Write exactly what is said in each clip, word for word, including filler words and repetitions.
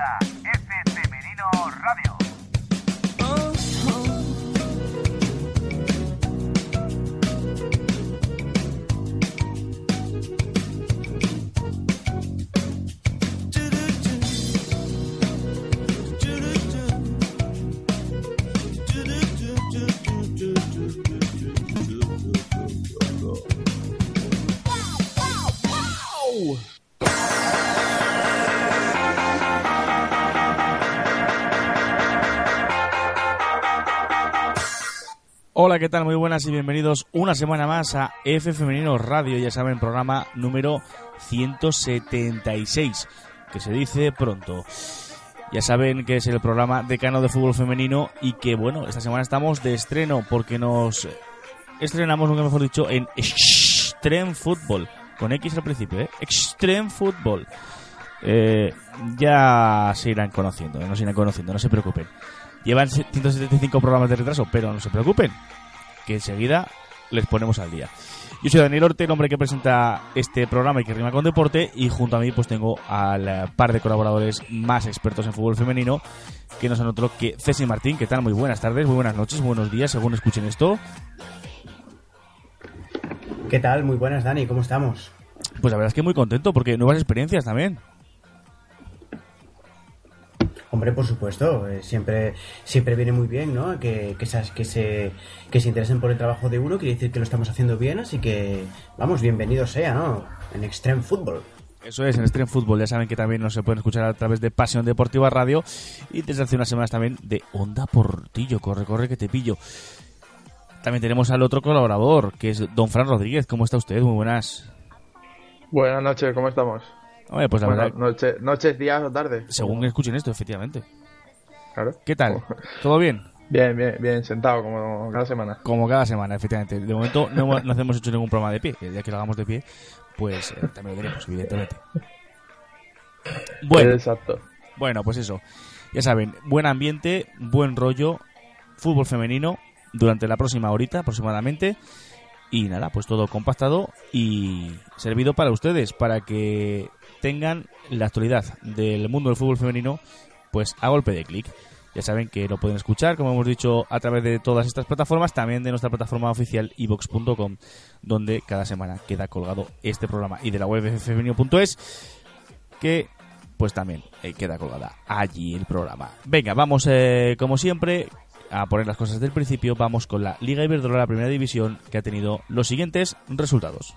Onda F Femenino Radio. Hola, ¿qué tal? Muy buenas y bienvenidos una semana más a F Femenino Radio, ya saben, programa número ciento setenta y seis, que se dice pronto. Ya saben que es el programa decano de fútbol femenino y que, bueno, esta semana estamos de estreno porque nos estrenamos, nunca mejor dicho, en Extreme Football, con X al principio, ¿eh? Extreme Football. Eh, ya se irán conociendo, ¿eh? No se irán conociendo, no se preocupen. Llevan ciento setenta y cinco programas de retraso, pero no se preocupen, que enseguida les ponemos al día. Yo soy Daniel Orte, el hombre que presenta este programa y que rima con deporte, y junto a mí pues tengo al par de colaboradores más expertos en fútbol femenino, que no son otro que Ceci Martín. ¿Qué tal? Muy buenas tardes, muy buenas noches, buenos días, según escuchen esto. ¿Qué tal? Muy buenas, Dani, ¿cómo estamos? Pues la verdad es que muy contento, porque nuevas experiencias también. Hombre, por supuesto, eh, siempre siempre viene muy bien, ¿no? Que, que, esas, que, se, que se interesen por el trabajo de uno, quiere decir que lo estamos haciendo bien, así que, vamos, bienvenido sea, ¿no? En Extreme Football. Eso es, en Extreme Football. Ya saben que también nos se pueden escuchar a través de Pasión Deportiva Radio y desde hace unas semanas también de Onda Portillo. Corre, corre, que te pillo. También tenemos al otro colaborador, que es Don Fran Rodríguez. ¿Cómo está usted? Muy buenas. Buenas noches, ¿cómo estamos? Oye, pues la bueno, verdad... Noche, noches, días o tardes. Según escuchen esto, efectivamente. Claro. ¿Qué tal? ¿Todo bien? Bien, bien, bien, sentado como cada semana. Como cada semana, efectivamente. De momento no, hemos, no hemos hecho ningún programa de pie. El día que lo hagamos de pie, pues eh, también lo diremos, evidentemente. Bueno, exacto. Bueno, pues eso. Ya saben, buen ambiente, buen rollo, fútbol femenino durante la próxima horita aproximadamente. Y nada, pues todo compactado y servido para ustedes, para que tengan la actualidad del mundo del fútbol femenino pues a golpe de clic. Ya saben que lo pueden escuchar, como hemos dicho, a través de todas estas plataformas, también de nuestra plataforma oficial i vox punto com, donde cada semana queda colgado este programa, y de la web f femenino punto es, que pues también eh, queda colgada allí el programa. Venga, vamos eh, como siempre a poner las cosas del principio. Vamos con la Liga Iberdrola, la primera división, que ha tenido los siguientes resultados.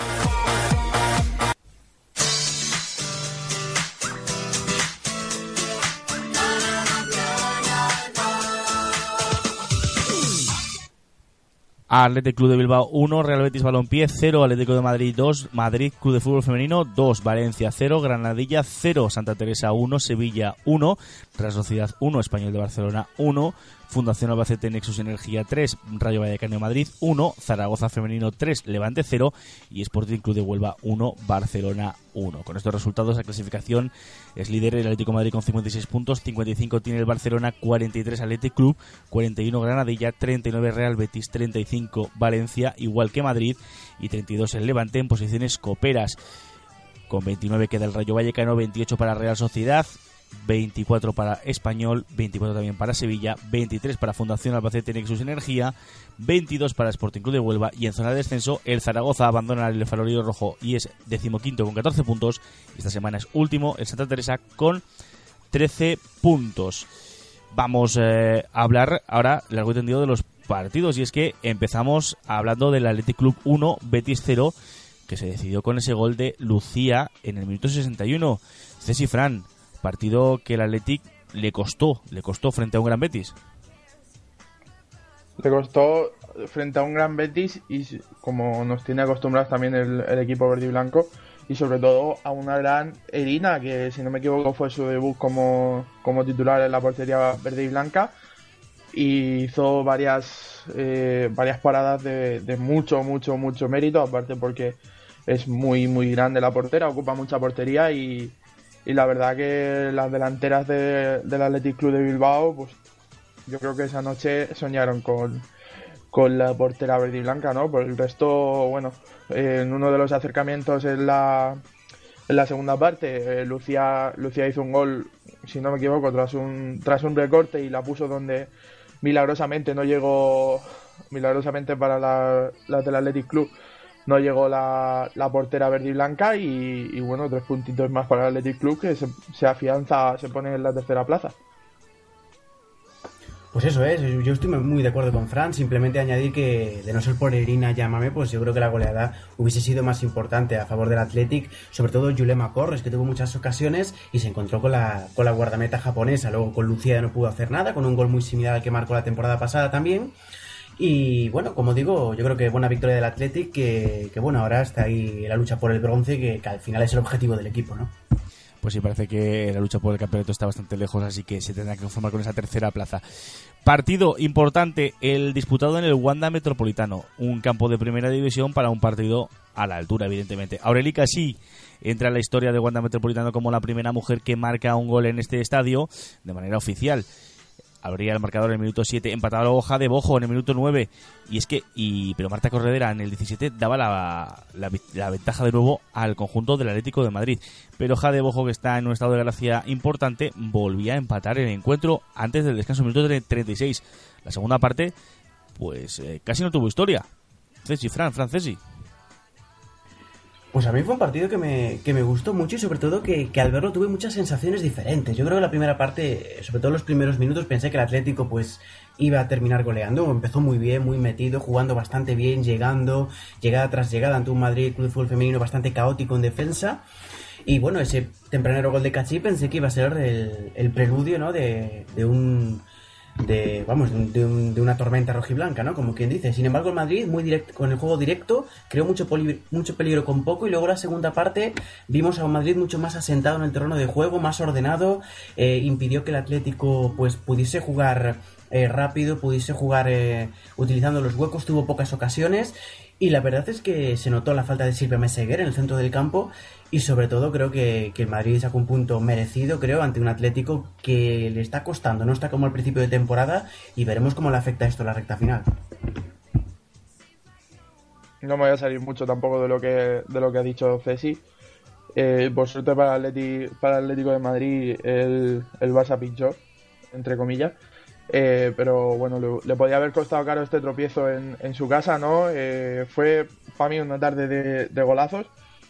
Athletic Club de Bilbao uno, Real Betis Balompié cero, Atlético de Madrid dos, Madrid Club de Fútbol Femenino dos, Valencia cero, Granadilla cero, Santa Teresa uno, Sevilla uno, Real Sociedad uno, Español de Barcelona uno, Fundación Albacete Nexus Energía tres, Rayo Vallecano de Madrid uno, Zaragoza Femenino tres, Levante cero y Sporting Club de Huelva uno, Barcelona uno. Con estos resultados, la clasificación es líder el Atlético de Madrid con cincuenta y seis puntos, cincuenta y cinco tiene el Barcelona, cuarenta y tres Athletic Club, cuarenta y uno Granadilla, treinta y nueve Real Betis, treinta y cinco Valencia, igual que Madrid, y treinta y dos el Levante en posiciones coperas. Con veintinueve queda el Rayo Vallecano, veintiocho para Real Sociedad, veinticuatro para Español, veinticuatro también para Sevilla, veintitrés para Fundación Albacete Nexus Energía, veintidós para Sporting Club de Huelva, y en zona de descenso el Zaragoza abandona el farolillo rojo y es decimoquinto con catorce puntos. Esta semana es último el Santa Teresa con trece puntos. Vamos eh, a hablar ahora largo y tendido de los partidos, y es que empezamos hablando del Athletic Club uno, Betis cero, que se decidió con ese gol de Lucía en el minuto sesenta y uno. Ceci, Fran, partido que el Athletic le costó, le costó frente a un gran Betis. Le costó frente a un gran Betis y como nos tiene acostumbrados también el, el equipo verde y blanco, y sobre todo a una gran Erina, que si no me equivoco fue su debut como, como titular en la portería verde y blanca, y hizo varias eh, varias paradas de, de mucho, mucho, mucho mérito, aparte porque es muy, muy grande la portera, ocupa mucha portería, y Y la verdad que las delanteras de, del Athletic Club de Bilbao, pues yo creo que esa noche soñaron con, con la portera verde y blanca, ¿no? Por el resto, bueno, eh, en uno de los acercamientos en la, en la segunda parte, eh, Lucía, Lucía hizo un gol si no me equivoco, tras un, tras un recorte y la puso donde milagrosamente no llegó, milagrosamente para la, la del Athletic Club, no llegó la, la portera verde y blanca y, y bueno, tres puntitos más para el Athletic Club que se, se afianza, se pone en la tercera plaza. Pues eso es, yo estoy muy de acuerdo con Fran, simplemente añadir que de no ser por Irina Llámame, pues yo creo que la goleada hubiese sido más importante a favor del Athletic, sobre todo Yulema Corres, que tuvo muchas ocasiones y se encontró con la, con la guardameta japonesa, luego con Lucía no pudo hacer nada, con un gol muy similar al que marcó la temporada pasada también. Y bueno, como digo, yo creo que buena victoria del Athletic, que, que bueno, ahora está ahí la lucha por el bronce, que, que al final es el objetivo del equipo, ¿no? Pues sí, parece que la lucha por el campeonato está bastante lejos, así que se tendrá que conformar con esa tercera plaza. Partido importante, el disputado en el Wanda Metropolitano, un campo de primera división para un partido a la altura, evidentemente. Aureli Casí entra en la historia del Wanda Metropolitano como la primera mujer que marca un gol en este estadio de manera oficial. Abría el marcador en el minuto siete, empataba luego Jade Bojo en el minuto nueve, y es que, y pero Marta Corredera en el diecisiete daba la, la, la ventaja de nuevo al conjunto del Atlético de Madrid, pero Jade Bojo, que está en un estado de gracia importante, volvía a empatar el encuentro antes del descanso, minuto treinta y seis. La segunda parte, pues eh, casi no tuvo historia. Ceci, Fran, Francesi. Pues a mí fue un partido que me, que me gustó mucho y sobre todo que, que al verlo tuve muchas sensaciones diferentes. Yo creo que la primera parte, sobre todo los primeros minutos, pensé que el Atlético pues iba a terminar goleando. Empezó muy bien, muy metido, jugando bastante bien, llegando, llegada tras llegada ante un Madrid Club de Fútbol Femenino bastante caótico en defensa. Y bueno, ese tempranero gol de Cachí pensé que iba a ser el, el preludio, ¿no? de, de un... de vamos de, un, de una tormenta rojiblanca, ¿no? Como quien dice. Sin embargo, el Madrid, muy directo, con el juego directo, creó mucho, poli, mucho peligro con poco, y luego la segunda parte vimos a un Madrid mucho más asentado en el terreno de juego, más ordenado, eh, impidió que el Atlético pues pudiese jugar eh, rápido, pudiese jugar eh, utilizando los huecos, tuvo pocas ocasiones. Y la verdad es que se notó la falta de Silvia Meseguer en el centro del campo, y sobre todo creo que, que el Madrid sacó un punto merecido, creo, ante un Atlético que le está costando, no está como al principio de temporada, y veremos cómo le afecta esto a la recta final. No me voy a salir mucho tampoco de lo que de lo que ha dicho Ceci. Eh, por suerte para el Atlético, para el Atlético de Madrid el, el Barça pinchó, entre comillas. Eh, pero bueno, le, le podía haber costado caro este tropiezo en, en su casa, ¿no? Eh, fue para mí una tarde de, de golazos.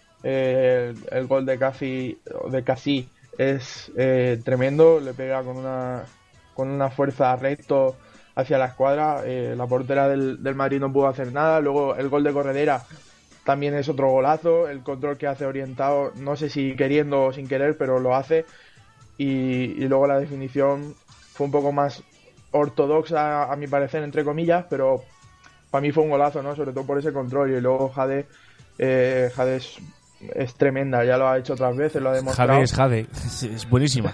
Eh, el, el gol de Casi de Casi es eh, tremendo, le pega con una con una fuerza recto hacia la escuadra. Eh, la portera del, del Madrid no pudo hacer nada. Luego el gol de Corredera también es otro golazo. El control que hace orientado, no sé si queriendo o sin querer, pero lo hace. Y, y luego la definición fue un poco más ortodoxa, a mi parecer, entre comillas, pero para mí fue un golazo, ¿no? Sobre todo por ese control. Y luego Jade, eh, Jade es, es tremenda, ya lo ha hecho otras veces, lo ha demostrado. Jade es Jade, es, es buenísima.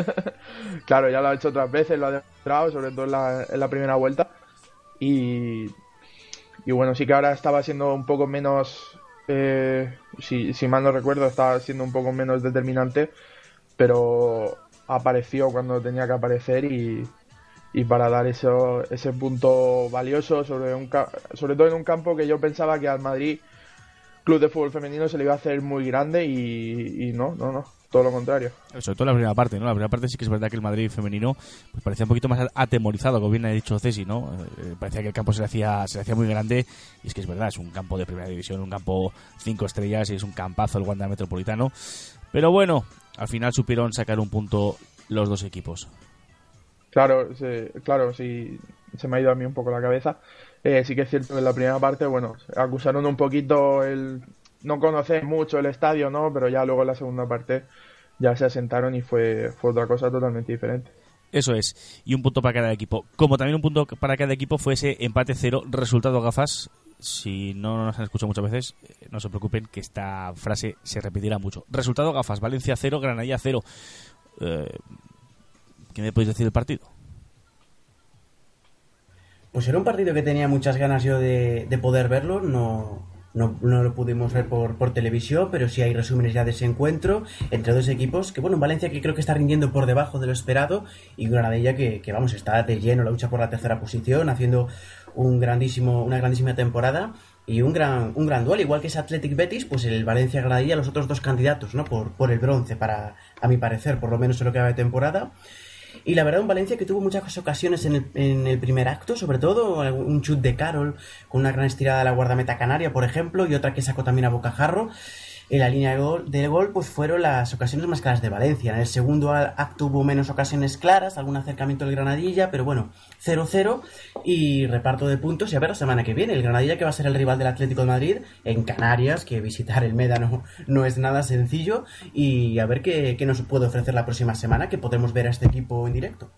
Claro, ya lo ha hecho otras veces, lo ha demostrado, sobre todo en la, en la primera vuelta. Y, y bueno, sí que ahora estaba siendo un poco menos, eh, si, si mal no recuerdo, estaba siendo un poco menos determinante, pero apareció cuando tenía que aparecer y y para dar eso, ese punto valioso, sobre un sobre todo en un campo que yo pensaba que al Madrid Club de Fútbol Femenino se le iba a hacer muy grande y, y no, no, no, todo lo contrario. Sobre todo la primera parte, ¿no? La primera parte sí que es verdad que el Madrid femenino pues parecía un poquito más atemorizado, como bien ha dicho Ceci, ¿no? Eh, parecía que el campo se le hacía se le hacía muy grande, y es que es verdad, es un campo de primera división, un campo cinco estrellas, y es un campazo el Wanda Metropolitano. Pero bueno, al final supieron sacar un punto los dos equipos. Claro, sí, claro, sí, se me ha ido a mí un poco la cabeza. Eh, sí que es cierto que en la primera parte, bueno, acusaron un poquito el no conocer mucho el estadio, ¿no? Pero ya luego en la segunda parte ya se asentaron y fue, fue otra cosa totalmente diferente. Eso es, y un punto para cada equipo. Como también un punto para cada equipo fue ese empate cero, resultado gafas. Si no nos han escuchado muchas veces, no se preocupen, que esta frase se repetirá mucho. Resultado gafas, Valencia cero, Granadilla cero. Eh... ¿Qué me podéis decir del partido? Pues era un partido que tenía muchas ganas yo de, de poder verlo. No, no, no lo pudimos ver por, por televisión, pero sí hay resúmenes ya de ese encuentro entre dos equipos que, bueno, Valencia que creo que está rindiendo por debajo de lo esperado, y Granadilla que, que vamos, está de lleno la lucha por la tercera posición, haciendo un grandísimo, una grandísima temporada. y un gran un gran duelo, igual que ese Athletic Betis, pues el Valencia Granadilla, los otros dos candidatos, ¿no? Por, por el bronce, para, a mi parecer, por lo menos en lo que va de temporada. Y la verdad, un Valencia que tuvo muchas ocasiones en el, en el primer acto, sobre todo un chut de Carol con una gran estirada de la guardameta canaria, por ejemplo, y otra que sacó también a bocajarro. En la línea de gol, de gol pues fueron las ocasiones más claras de Valencia. En el segundo acto hubo menos ocasiones claras, algún acercamiento del Granadilla, pero bueno, cero cero y reparto de puntos. Y a ver la semana que viene, el Granadilla, que va a ser el rival del Atlético de Madrid en Canarias, que visitar el Médano no es nada sencillo, y a ver qué, qué nos puede ofrecer la próxima semana, que podemos ver a este equipo en directo.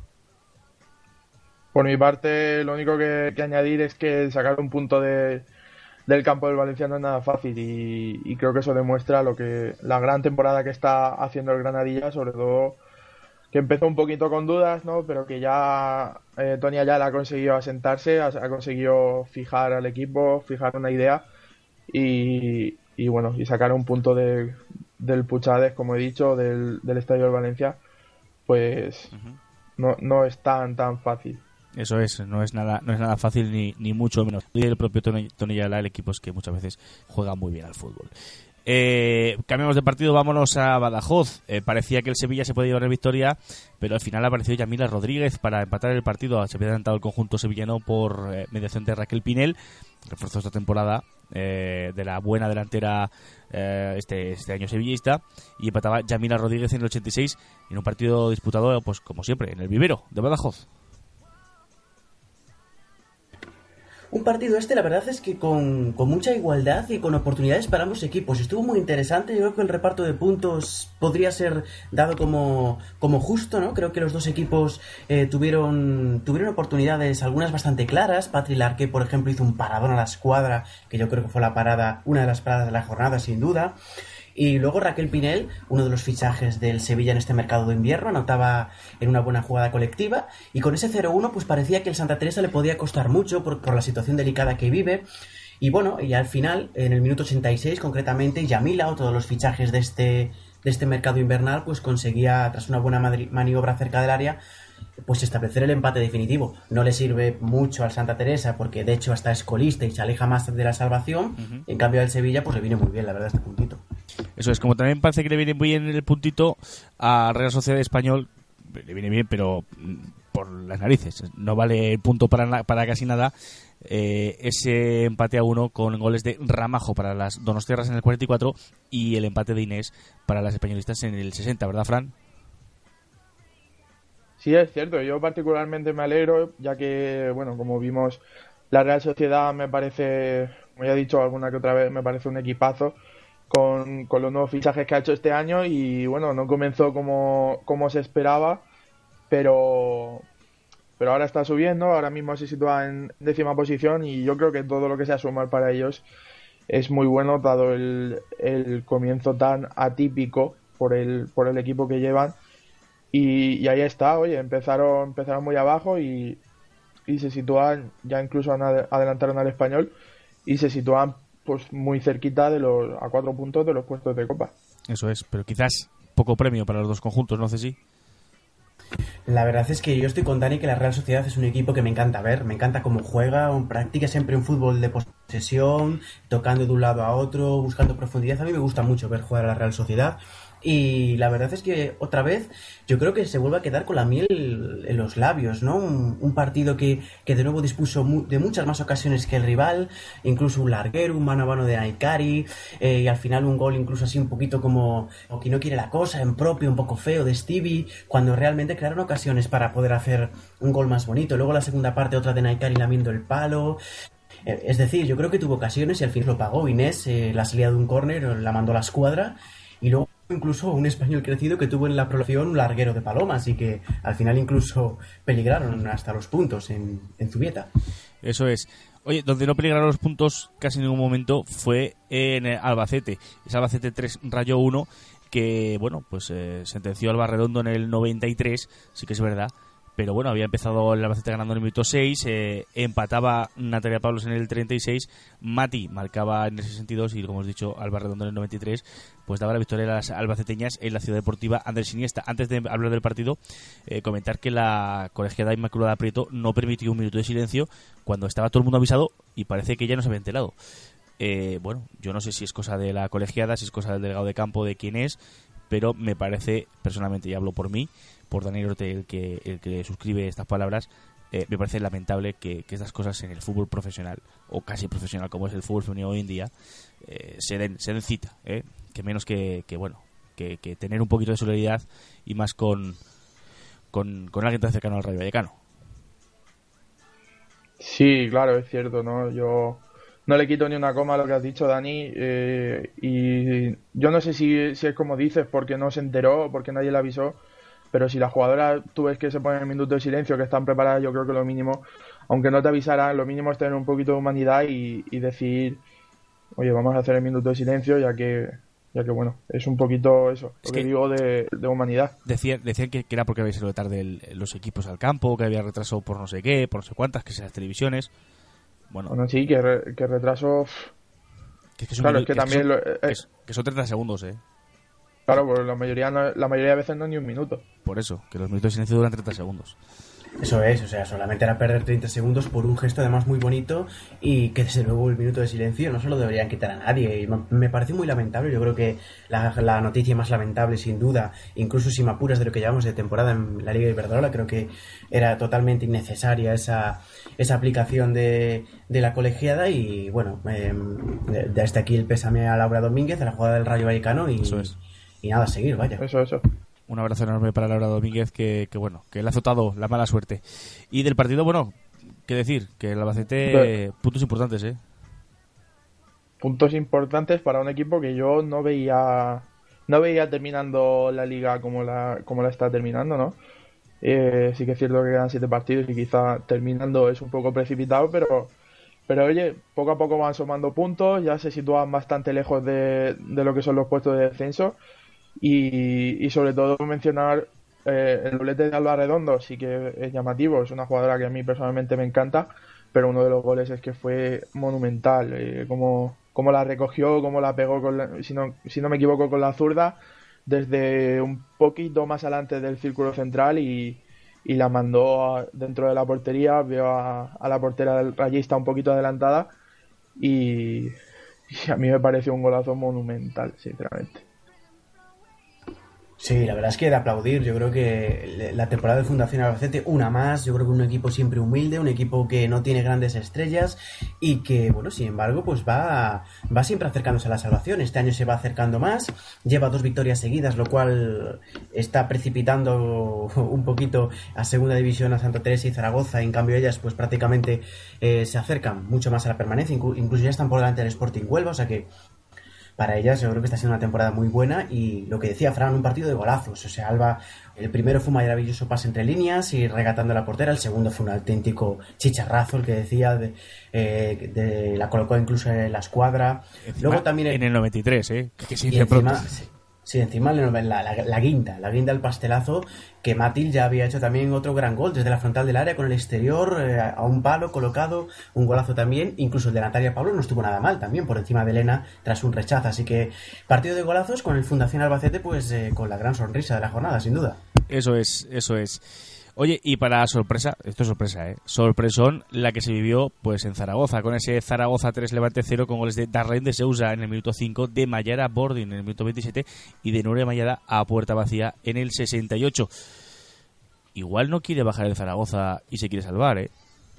Por mi parte, lo único que, que añadir es que sacar un punto de del campo del Valencia no es nada fácil y, y creo que eso demuestra lo que la gran temporada que está haciendo el Granadilla, sobre todo que empezó un poquito con dudas, ¿no? Pero que ya eh, Tony Ayala ha conseguido asentarse, ha, ha conseguido fijar al equipo, fijar una idea y, y bueno, y sacar un punto de, del Puchades, como he dicho, del, del Estadio del Valencia, pues uh-huh. no, no es tan tan fácil. Eso es, no es nada no es nada fácil ni, ni mucho menos. Y el propio Tony, Tony Ayala, el equipo es que muchas veces juega muy bien al fútbol. Eh, cambiamos de partido, vámonos a Badajoz. Eh, parecía que el Sevilla se podía llevar la victoria, pero al final apareció Yamila Rodríguez para empatar el partido. Se había adelantado el conjunto sevillano por eh, mediación de Raquel Pinel, refuerzo esta temporada eh, de la buena delantera eh, este, este año sevillista, y empataba Yamila Rodríguez en el ochenta y seis en un partido disputado, pues como siempre, en el vivero de Badajoz. Un partido este, la verdad es que con, con mucha igualdad y con oportunidades para ambos equipos. Estuvo muy interesante. Yo creo que el reparto de puntos podría ser dado como, como justo, ¿no? Creo que los dos equipos eh, tuvieron tuvieron oportunidades, algunas bastante claras. Patri Larqué, por ejemplo, hizo un paradón a la escuadra, que yo creo que fue la parada, una de las paradas de la jornada, sin duda. Y luego Raquel Pinel, uno de los fichajes del Sevilla en este mercado de invierno, anotaba en una buena jugada colectiva, y con ese cero uno pues parecía que el Santa Teresa le podía costar mucho por, por la situación delicada que vive. Y bueno, y al final, en el minuto ochenta y seis concretamente, Yamila, otro de los fichajes de este, de este mercado invernal, pues conseguía, tras una buena maniobra cerca del área, pues establecer el empate definitivo. No le sirve mucho al Santa Teresa porque de hecho hasta es colista y se aleja más de la salvación. Uh-huh. En cambio al Sevilla pues le viene muy bien, la verdad, este puntito. Eso es, como también parece que le viene muy bien el puntito a Real Sociedad Español, le viene bien, pero por las narices. No vale el punto para, para casi nada. Eh, ese empate a uno con goles de Ramajo para las donostiarras en el cuarenta y cuatro y el empate de Inés para las españolistas en el sesenta, ¿verdad, Fran? Sí, es cierto. Yo particularmente me alegro, ya que, bueno, como vimos, la Real Sociedad me parece, como ya he dicho alguna que otra vez, me parece un equipazo con, con los nuevos fichajes que ha hecho este año y, bueno, no comenzó como, como se esperaba, pero, pero ahora está subiendo, ahora mismo se sitúa en décima posición y yo creo que todo lo que sea sumar para ellos es muy bueno, dado el, el comienzo tan atípico por el, por el equipo que llevan. Y, y ahí está, oye, empezaron empezaron muy abajo y, y se sitúan, ya incluso adelantaron al Español y se sitúan pues muy cerquita de los a cuatro puntos de los puestos de Copa. Eso es, pero quizás poco premio para los dos conjuntos, no sé si. La verdad es que yo estoy con Dani, que la Real Sociedad es un equipo que me encanta ver, me encanta cómo juega, practica siempre un fútbol de posesión, tocando de un lado a otro, buscando profundidad. A mí me gusta mucho ver jugar a la Real Sociedad. Y la verdad es que otra vez yo creo que se vuelve a quedar con la miel en los labios, ¿no? Un, un partido que, que de nuevo dispuso mu- de muchas más ocasiones que el rival, incluso un larguero, un mano a mano de Naikari, eh, y al final un gol incluso así un poquito como o que no quiere la cosa, en propio, un poco feo de Stevie, cuando realmente crearon ocasiones para poder hacer un gol más bonito. Luego la segunda parte, otra de Naikari lamiendo el palo. Eh, es decir, yo creo que tuvo ocasiones y al fin lo pagó. Inés, eh, la salida de un córner, la mandó a la escuadra, y luego incluso un español crecido que tuvo en la prolongación un larguero de Paloma, así que al final incluso peligraron hasta los puntos en, en Zubieta. Eso es. Oye, donde no peligraron los puntos casi en ningún momento fue en Albacete. Es Albacete tres, Rayo uno, que, bueno, pues eh, sentenció al Barredondo en el noventa y tres, sí que es verdad, pero bueno, había empezado el Albacete ganando en el minuto seis, eh, empataba Natalia Pablos en el treinta y seis, Mati marcaba en el sesenta y dos y, como hemos dicho, Alba Redondo en el noventa y tres, pues daba la victoria a las albaceteñas en la Ciudad Deportiva Andrés Iniesta. Antes de hablar del partido, eh, comentar que la colegiada Inmaculada Prieto no permitió un minuto de silencio cuando estaba todo el mundo avisado y parece que ya no se había enterado. Eh, bueno, yo no sé si es cosa de la colegiada, si es cosa del delegado de campo, de quién es, pero me parece, personalmente, y hablo por mí, por Daniel Orte, el que, el que suscribe estas palabras, eh, me parece lamentable que, que estas cosas en el fútbol profesional, o casi profesional como es el fútbol femenino hoy en día, eh, se den se den cita, eh, que menos que, que bueno, que, que tener un poquito de solidaridad y más con, con, con alguien tan cercano al Rayo Vallecano. Sí, claro, es cierto, ¿no? Yo no le quito ni una coma a lo que has dicho, Dani, eh, y yo no sé si, si es como dices, porque no se enteró, porque nadie le avisó, pero si las jugadoras tú ves que se ponen en minuto de silencio, que están preparadas, yo creo que lo mínimo, aunque no te avisaran, lo mínimo es tener un poquito de humanidad y, y decir, oye, vamos a hacer el minuto de silencio, ya que, ya que bueno, es un poquito eso, Es lo que que digo de, de humanidad. Decían, decían que, que era porque había salido tarde el, los equipos al campo, que había retraso por no sé qué, por no sé cuántas, que sean las televisiones. Bueno, Bueno, sí, que, re, que retraso... que es que son, Claro, es que que también... son, lo- eh, que es- que son treinta segundos, ¿eh? Claro, pues la mayoría, no- la mayoría de veces no es ni un minuto. Por eso, que los minutos de silencio duran treinta segundos. Eso es, o sea, solamente era perder treinta segundos por un gesto además muy bonito y que desde luego el minuto de silencio no se lo deberían quitar a nadie. Y me- me parece muy lamentable, yo creo que la, la noticia más lamentable sin duda, incluso si me apuras de lo que llevamos de temporada en la Liga de Iberdrola, creo que era totalmente innecesaria esa, esa aplicación de, de la colegiada y bueno, eh, desde aquí el pésame a Laura Domínguez, a la jugada del Rayo Vallecano y, Eso es. y nada, a seguir, vaya. Eso, eso. Un abrazo enorme para Laura Domínguez, que, que bueno, que le ha azotado la mala suerte. Y del partido, bueno, qué decir, que el Albacete, Pero- puntos importantes, ¿eh? Puntos importantes para un equipo que yo no veía no veía terminando la liga como la como la está terminando, ¿no? Eh, sí que es cierto que quedan siete partidos y quizá terminando es un poco precipitado, pero pero oye, poco a poco van sumando puntos, ya se sitúan bastante lejos de, de lo que son los puestos de descenso y, y sobre todo mencionar eh, el doblete de Alba Redondo, sí que es llamativo, es una jugadora que a mí personalmente me encanta, pero uno de los goles es que fue monumental, eh, como, como la recogió, como la pegó, con la- si, no, si no me equivoco, con la zurda, desde un poquito más adelante del círculo central y, y la mandó a- dentro de la portería, vio a, a la portera del rayista un poquito adelantada y, y a mí me pareció un golazo monumental, sinceramente. Sí, la verdad es que de aplaudir. Yo creo que la temporada de Fundación Albacete, una más, yo creo que un equipo siempre humilde, un equipo que no tiene grandes estrellas y que, bueno, sin embargo, pues va, va siempre acercándose a la salvación. Este año se va acercando más, lleva dos victorias seguidas, lo cual está precipitando un poquito a Segunda División a Santa Teresa y Zaragoza. En cambio, ellas, pues prácticamente eh, se acercan mucho más a la permanencia, inclu- incluso ya están por delante del Sporting Huelva, o sea que para ellas yo creo que está siendo una temporada muy buena y lo que decía Fran, un partido de golazos, o sea, Alba, el primero fue un maravilloso pase entre líneas y regatando la portera, el segundo fue un auténtico chicharrazo, el que decía, de, eh, de- la colocó incluso en la escuadra. Encima, Luego también en el noventa y tres, ¿eh? Que, que se y dice encima, pronto. sí, sí, encima la, la, la, la guinda, la guinda, el pastelazo, que Matil ya había hecho también otro gran gol desde la frontal del área con el exterior, eh, a un palo colocado, un golazo también, incluso el de Natalia Pablo no estuvo nada mal también, por encima de Elena tras un rechazo, así que partido de golazos con el Fundación Albacete, pues eh, con la gran sonrisa de la jornada, sin duda. Eso es, eso es. Oye, y para sorpresa, esto es sorpresa, ¿eh? Sorpresón la que se vivió pues en Zaragoza, con ese Zaragoza tres Levante cero con goles de Darlene de Sousa en el minuto cinco, de Mayara Bordin en el minuto veintisiete y de Nuria Mayada a puerta vacía en el sesenta y ocho. Igual no quiere bajar el Zaragoza y se quiere salvar, ¿eh?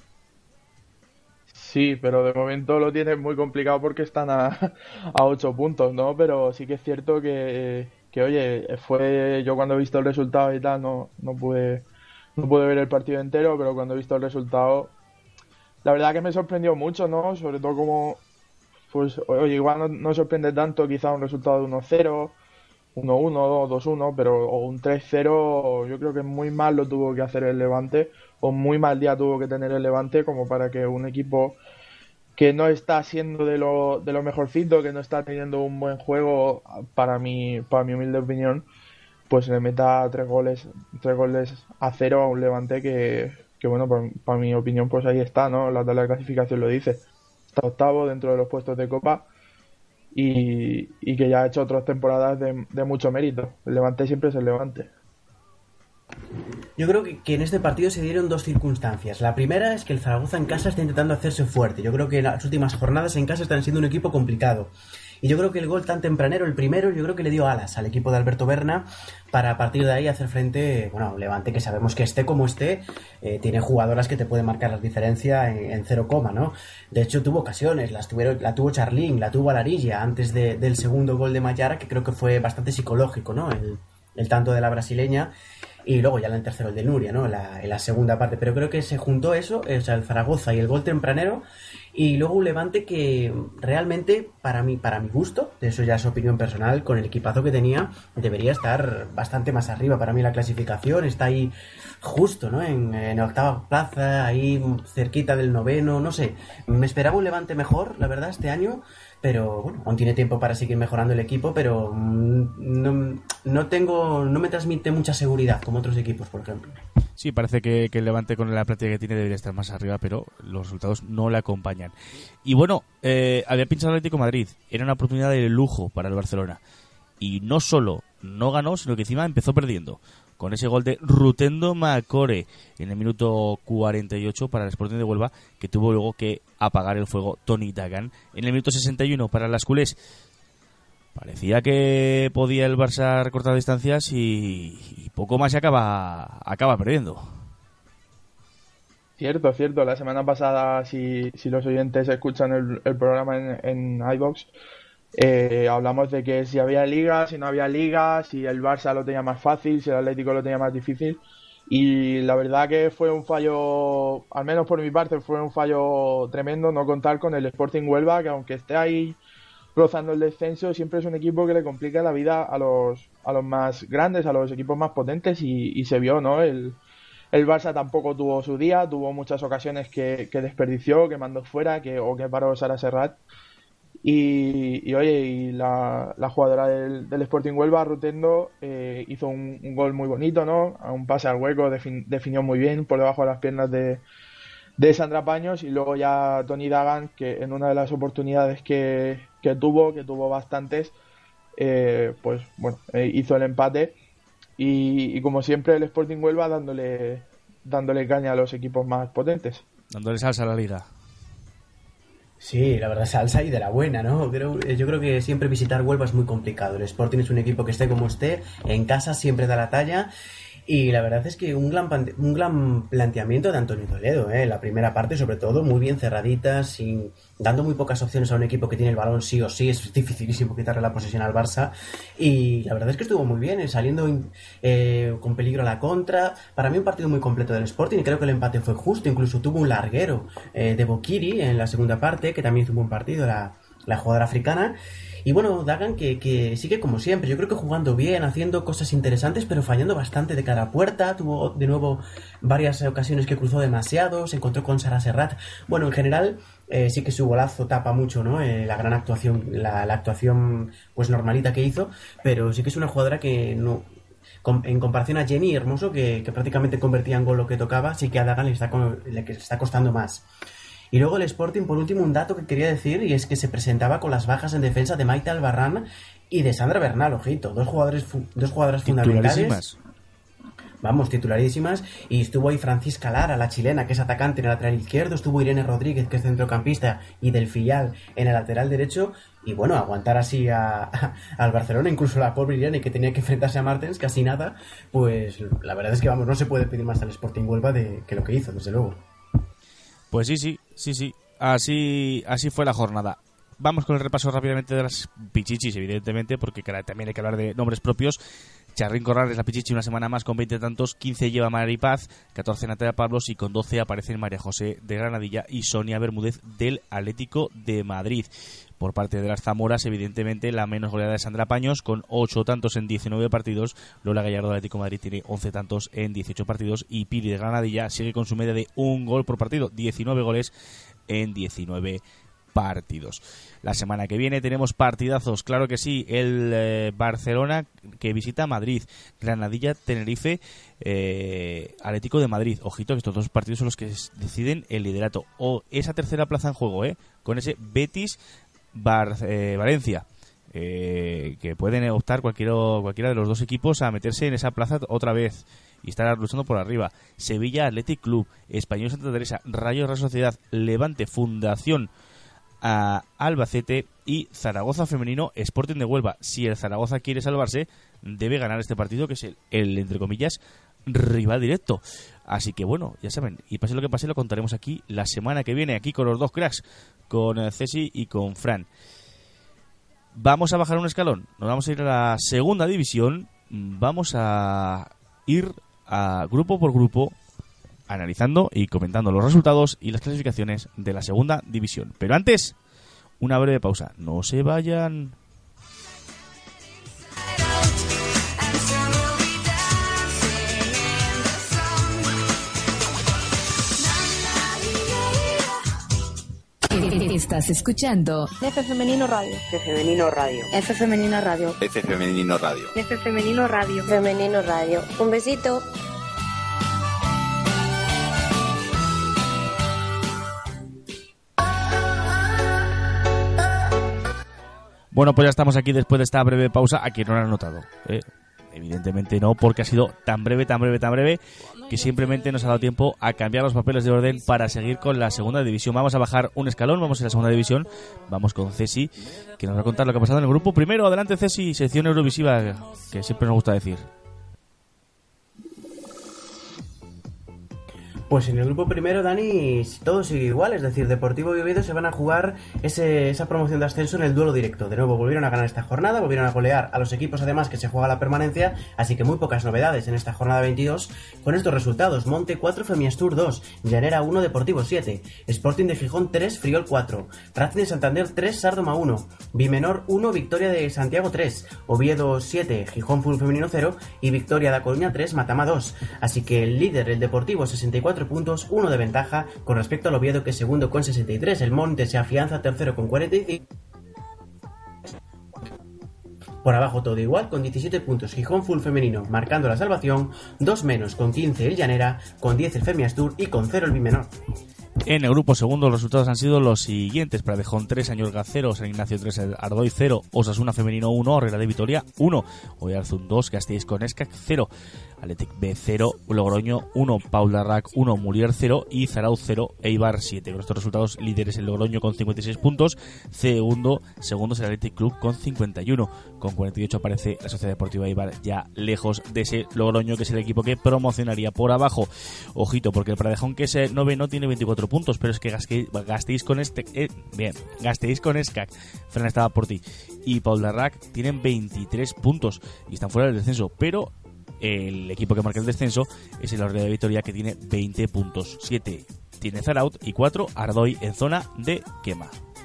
Sí, pero de momento lo tienen muy complicado porque están a, a ocho puntos, ¿no? Pero sí que es cierto que, que, oye, fue yo cuando he visto el resultado y tal, no, no pude no pude ver el partido entero, pero cuando he visto el resultado, la verdad que me sorprendió mucho, ¿no? Sobre todo como, pues, oye, igual no, no sorprende tanto quizá un resultado de uno cero, uno uno, dos uno, pero o un tres cero, yo creo que muy mal lo tuvo que hacer el Levante, o muy mal día tuvo que tener el Levante como para que un equipo que no está siendo de lo, de lo mejorcito, que no está teniendo un buen juego, para mi, para mi humilde opinión, pues le meta tres goles tres goles a cero a un Levante que, que bueno, para mi opinión, pues ahí está, ¿no? La tabla de clasificación lo dice. Está octavo dentro de los puestos de Copa y, y que ya ha hecho otras temporadas de, de mucho mérito. El Levante siempre es el Levante. Yo creo que, que en este partido se dieron dos circunstancias. La primera es que el Zaragoza en casa está intentando hacerse fuerte. Yo creo que las últimas jornadas en casa están siendo un equipo complicado. Y yo creo que el gol tan tempranero, el primero, yo creo que le dio alas al equipo de Alberto Berna para a partir de ahí hacer frente, bueno, Levante, que sabemos que esté como esté, eh, tiene jugadoras que te pueden marcar la diferencia en, en cero coma, ¿no? De hecho, tuvo ocasiones, las tuvieron, la tuvo Charlín, la tuvo Alarilla antes de, del segundo gol de Mayara, que creo que fue bastante psicológico, ¿no? El, el tanto de la brasileña. Y luego ya en el tercero el de Nuria, ¿no? La, en la segunda parte. Pero creo que se juntó eso, o sea, el Zaragoza y el gol tempranero. Y luego un Levante que realmente, para mí, para mi gusto, de eso ya es opinión personal, con el equipazo que tenía, debería estar bastante más arriba. Para mí la clasificación está ahí justo, ¿no? En, en octava plaza, ahí cerquita del noveno, no sé. Me esperaba un Levante mejor, la verdad, este año. Pero bueno, aún tiene tiempo para seguir mejorando el equipo, pero no, no tengo, no me transmite mucha seguridad como otros equipos, por ejemplo. Sí, parece que, que el Levante con la plantilla que tiene debería estar más arriba, pero los resultados no le acompañan. Y bueno, eh, había pinchado el Atlético de Madrid, era una oportunidad de lujo para el Barcelona. Y no solo no ganó, sino que encima empezó perdiendo. Con ese gol de Rutendo Macore en el minuto cuarenta y ocho para el Sporting de Huelva, que tuvo luego que apagar el fuego Toni Dagan. En el minuto sesenta y uno para las culés, parecía que podía el Barça recortar distancias y, y poco más se acaba, acaba perdiendo. Cierto, cierto. La semana pasada, si, si los oyentes escuchan el, el programa en, en iVoox, Eh, hablamos de que si había liga, si no había liga, si el Barça lo tenía más fácil, si el Atlético lo tenía más difícil, y la verdad que fue un fallo, al menos por mi parte, fue un fallo tremendo no contar con el Sporting Huelva, que aunque esté ahí rozando el descenso, siempre es un equipo que le complica la vida a los a los más grandes, a los equipos más potentes, y, y se vio, ¿no? El, el Barça tampoco tuvo su día, tuvo muchas ocasiones que, que desperdició, que mandó fuera, que o que paró Sara Serrat. Y, y oye, y la, la jugadora del, del Sporting Huelva, Rutendo, eh, hizo un, un gol muy bonito, ¿no? A un pase al hueco, defin, definió muy bien por debajo de las piernas de, de Sandra Paños, y luego ya Toni Dagan, que en una de las oportunidades que, que tuvo, que tuvo bastantes, eh, pues bueno, eh, hizo el empate, y, y como siempre el Sporting Huelva dándole, dándole caña a los equipos más potentes. Dándole salsa a la liga. Sí, la verdad, salsa y de la buena, ¿no? Creo, yo creo que siempre visitar Huelva es muy complicado. El Sporting es un equipo que esté como esté, en casa siempre da la talla. Y la verdad es que un gran, un gran planteamiento de Antonio Toledo, ¿eh? La primera parte, sobre todo, muy bien cerradita, sin, dando muy pocas opciones a un equipo que tiene el balón sí o sí. Es dificilísimo quitarle la posesión al Barça. Y la verdad es que estuvo muy bien, ¿eh? Saliendo eh, con peligro a la contra. Para mí un partido muy completo del Sporting, y creo que el empate fue justo. Incluso tuvo un larguero eh, de Bokiri en la segunda parte, que también hizo un buen partido, la, la jugadora africana. Y bueno, Dagan que, que sigue como siempre, yo creo que jugando bien, haciendo cosas interesantes, pero fallando bastante de cara a puerta. Tuvo de nuevo varias ocasiones que cruzó demasiado, se encontró con Sara Serrat. Bueno, en general eh, sí que su golazo tapa mucho, ¿no? Eh, la gran actuación, la, la actuación pues normalita que hizo, pero sí que es una jugadora que no... En comparación a Jenny Hermoso, que, que prácticamente convertía en gol lo que tocaba, sí que a Dagan le está, le está costando más. Y luego el Sporting, por último, un dato que quería decir, y es que se presentaba con las bajas en defensa de Maite Albarrán y de Sandra Bernal, ojito, dos jugadores dos jugadoras fundamentales. Vamos, titularísimas. Y estuvo ahí Francisca Lara, la chilena, que es atacante en el lateral izquierdo. Estuvo Irene Rodríguez, que es centrocampista, y del filial en el lateral derecho. Y bueno, aguantar así a, a, al Barcelona, incluso la pobre Irene, que tenía que enfrentarse a Martens, casi nada. Pues la verdad es que, vamos, no se puede pedir más al Sporting Huelva de que lo que hizo, desde luego. Pues sí, sí, sí, sí. Así, así fue la jornada. Vamos con el repaso rápidamente de las pichichis, evidentemente, porque también hay que hablar de nombres propios. Charrín Corrales, la pichichi, una semana más con veinte tantos, quince lleva Maripaz, catorce Natalia Pablos, y con doce aparecen María José de Granadilla y Sonia Bermúdez del Atlético de Madrid. Por parte de las Zamoras, evidentemente, la menos goleada de Sandra Paños, con ocho tantos en diecinueve partidos. Lola Gallardo del Atlético de Madrid tiene once tantos en dieciocho partidos. Y Pili de Granadilla sigue con su media de un gol por partido, diecinueve goles en diecinueve partidos. La semana que viene tenemos partidazos, claro que sí, el eh, Barcelona que visita Madrid, Granadilla, Tenerife, eh, Atlético de Madrid. Ojito que estos dos partidos son los que deciden el liderato o esa tercera plaza en juego, eh, con ese Betis Bar, eh, Valencia. Eh, que pueden optar cualquiera, cualquiera de los dos equipos a meterse en esa plaza otra vez y estar luchando por arriba. Sevilla Athletic Club, Español Santa Teresa, Rayo Real Sociedad, Levante, Fundación a Albacete y Zaragoza Femenino, Sporting de Huelva. Si el Zaragoza quiere salvarse, debe ganar este partido, que es el, el entre comillas, rival directo. Así que bueno, ya saben, y pase lo que pase, lo contaremos aquí la semana que viene, aquí con los dos cracks, con Ceci y con Fran. Vamos a bajar un escalón, nos vamos a ir a la segunda división, vamos a ir a grupo por grupo analizando y comentando los resultados y las clasificaciones de la segunda división. Pero antes, una breve pausa, no se vayan. Estás escuchando F Femenino Radio. F Femenino Radio. F Femenino Radio. F Femenino Radio. F Femenino Radio. Femenino Radio. Un besito. Bueno, pues ya estamos aquí después de esta breve pausa. Aquí no lo han notado, ¿eh? Evidentemente no, porque ha sido tan breve, tan breve, tan breve que simplemente nos ha dado tiempo a cambiar los papeles de orden para seguir con la segunda división. Vamos a bajar un escalón, vamos a la segunda división, vamos con Ceci, que nos va a contar lo que ha pasado en el grupo primero. Adelante, Ceci, sección Eurovisiva, que siempre nos gusta decir. Pues en el grupo primero, Dani, todo sigue igual, es decir, Deportivo y Oviedo se van a jugar ese, esa promoción de ascenso en el duelo directo. De nuevo, volvieron a ganar esta jornada, volvieron a golear a los equipos además que se juega la permanencia, así que muy pocas novedades en esta jornada veintidós con estos resultados. Monte cuatro, Femiastur dos, Llanera uno, Deportivo siete, Sporting de Gijón tres, Friol cuatro, Racing de Santander tres, Sardoma uno, Bimenor uno, Victoria de Santiago tres, Oviedo siete, Gijón Fútbol Femenino cero y Victoria da Coruña tres, Matama dos. Así que el líder, el Deportivo, sesenta y cuatro puntos, uno de ventaja con respecto al Oviedo, que es segundo con sesenta y tres. El Monte se afianza tercero con cuarenta y cinco. Por abajo todo igual con diecisiete puntos Gijón Full Femenino marcando la salvación, dos menos con quince el Llanera, con diez el Femiastur y con cero el Bimenor. En el grupo segundo los resultados han sido los siguientes: Pradejón tres, Añorga cero, San Ignacio tres, Ardoy cero, Osasuna Femenino uno, Herrera de Vitoria uno, Oyarzún dos, Gasteiz con Escac cero, Athletic B cero, Logroño uno, Paul Darrac uno, Murier cero y Zarauz cero, Eibar siete. Con estos resultados, líderes el Logroño con cincuenta y seis puntos, segundo, segundo es el Athletic Club con cincuenta y uno, con cuarenta y ocho aparece la Sociedad Deportiva Eibar, ya lejos de ese Logroño que es el equipo que promocionaría por abajo. Ojito, porque el Pradejón, que es el noveno, tiene veinticuatro puntos, pero es que Gasteiz con este eh, bien, Gasteiz con Escac, Fran estaba por ti, y Paul Darrac tienen veintitrés puntos y están fuera del descenso, pero el equipo que marca el descenso es el Herrera de Vitoria, que tiene veinte puntos. siete tiene Zaraut y cuatro Ardoy en zona de quema.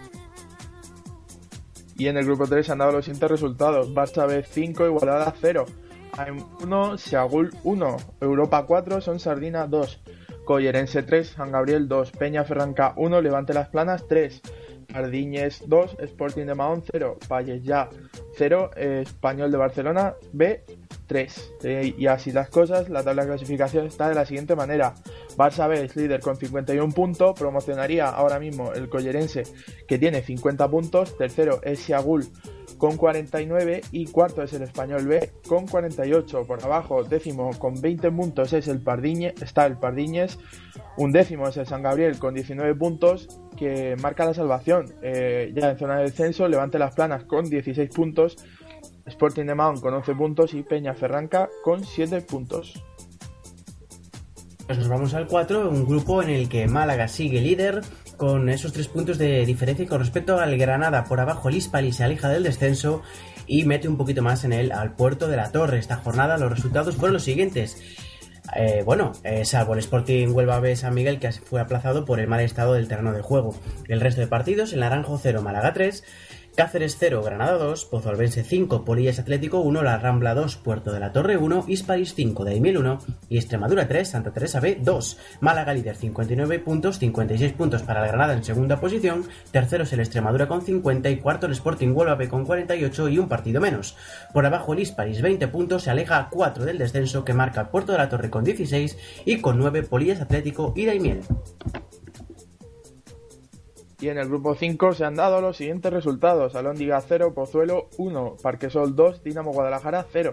Y en el grupo tres han dado los siguientes resultados: Barça B cinco, Igualada cero, A M uno, Seagul uno, Europa cuatro, Son Sardina dos, Collerense tres, San Gabriel dos, Peña Ferranca uno, Levante Las Planas tres, Pardiñes dos, Sporting de Mahón cero, Valles Ya cero, eh, Español de Barcelona B tres. Eh, y así las cosas, la tabla de clasificación está de la siguiente manera: Barça B es líder con cincuenta y un puntos, promocionaría ahora mismo el Collerense, que tiene cincuenta puntos, tercero es Seagul con cuarenta y nueve y cuarto es el Español B con cuarenta y ocho. Por abajo, décimo con veinte puntos es el Pardiñe, está el Pardiñes, un décimo es el San Gabriel con diecinueve puntos, que marca la salvación. Eh, ya en zona de descenso, Levante Las Planas con dieciséis puntos, Sporting de Mahón con once puntos y Peña Ferranca con siete puntos. Pues nos vamos al cuatro, un grupo en el que Málaga sigue líder con esos tres puntos de diferencia con respecto al Granada. Por abajo el Hispali se aleja del descenso y mete un poquito más en el al Puerto de la Torre. Esta jornada los resultados fueron los siguientes. Eh, bueno, eh, salvo el Sporting Huelva B San Miguel, que fue aplazado por el mal estado del terreno de juego. El resto de partidos: el Naranjo cero, Málaga tres, Cáceres cero, Granada dos, Pozolvense cinco, Polillas Atlético uno, La Rambla dos, Puerto de la Torre uno, Hispalis cinco, Daimiel uno y Extremadura tres, Santa Teresa B dos. Málaga líder cincuenta y nueve puntos, cincuenta y seis puntos para el Granada en segunda posición, tercero es el Extremadura con cincuenta y cuarto el Sporting Huelva B con cuarenta y ocho y un partido menos. Por abajo el Hispalis veinte puntos, se aleja a cuatro del descenso que marca Puerto de la Torre con dieciséis y con nueve Polillas Atlético y Daimiel. Y en el grupo cinco se han dado los siguientes resultados: Alhóndiga cero, Pozuelo uno, Parquesol dos, Dinamo Guadalajara cero,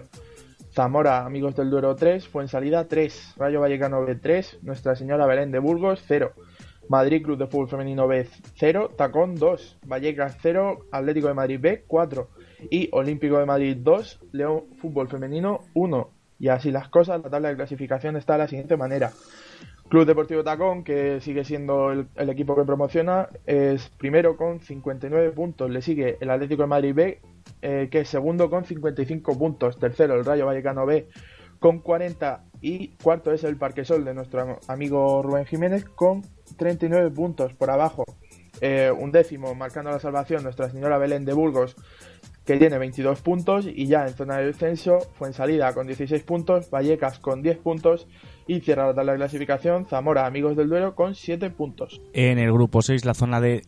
Zamora Amigos del Duero tres, Fuensalida tres, Rayo Vallecano B tres, Nuestra Señora Belén de Burgos cero, Madrid Club de Fútbol Femenino B cero, Tacón dos, Vallecas cero, Atlético de Madrid B cuatro y Olímpico de Madrid dos, León Fútbol Femenino uno. Y así las cosas, la tabla de clasificación está de la siguiente manera: Club Deportivo Tacón, que sigue siendo el, el equipo que promociona, es primero con cincuenta y nueve puntos. Le sigue el Atlético de Madrid B, eh, que es segundo con cincuenta y cinco puntos. Tercero el Rayo Vallecano B con cuarenta y cuarto es el Parquesol de nuestro amigo Rubén Jiménez con treinta y nueve puntos. Por abajo, eh, un décimo marcando la salvación Nuestra Señora Belén de Burgos, que tiene veintidós puntos, y ya en zona de descenso Fuensalida con dieciséis puntos, Vallecas con diez puntos y cierra la tabla de clasificación Zamora Amigos del Duero con siete puntos. En el grupo seis, la zona de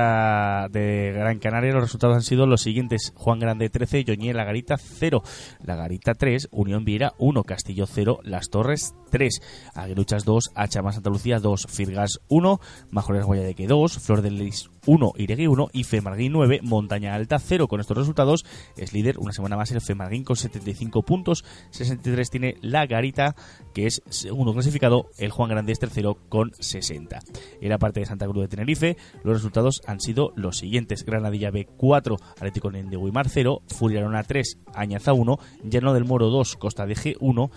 Santa de Gran Canaria, los resultados han sido los siguientes: Juan Grande trece, Yoñé La Garita cero, La Garita tres, Unión Viera uno, Castillo cero, Las Torres tres, Aguiluchas dos, Achamar Santa Lucía dos, Firgas uno, Majoras Guayadeque dos, Flor del Lis uno, Iregui uno y Femarguín nueve, Montaña Alta cero. Con estos resultados es líder una semana más el Femarguín con setenta y cinco puntos, sesenta y tres tiene La Garita, que es segundo clasificado. El Juan Grande es tercero con sesenta. En la parte de Santa Cruz de Tenerife, los resultados han sido los siguientes: Granadilla B cuatro, Atlético de Guimar cero, Furiarona tres, Añaza uno, Llano del Moro dos, Costa de G uno,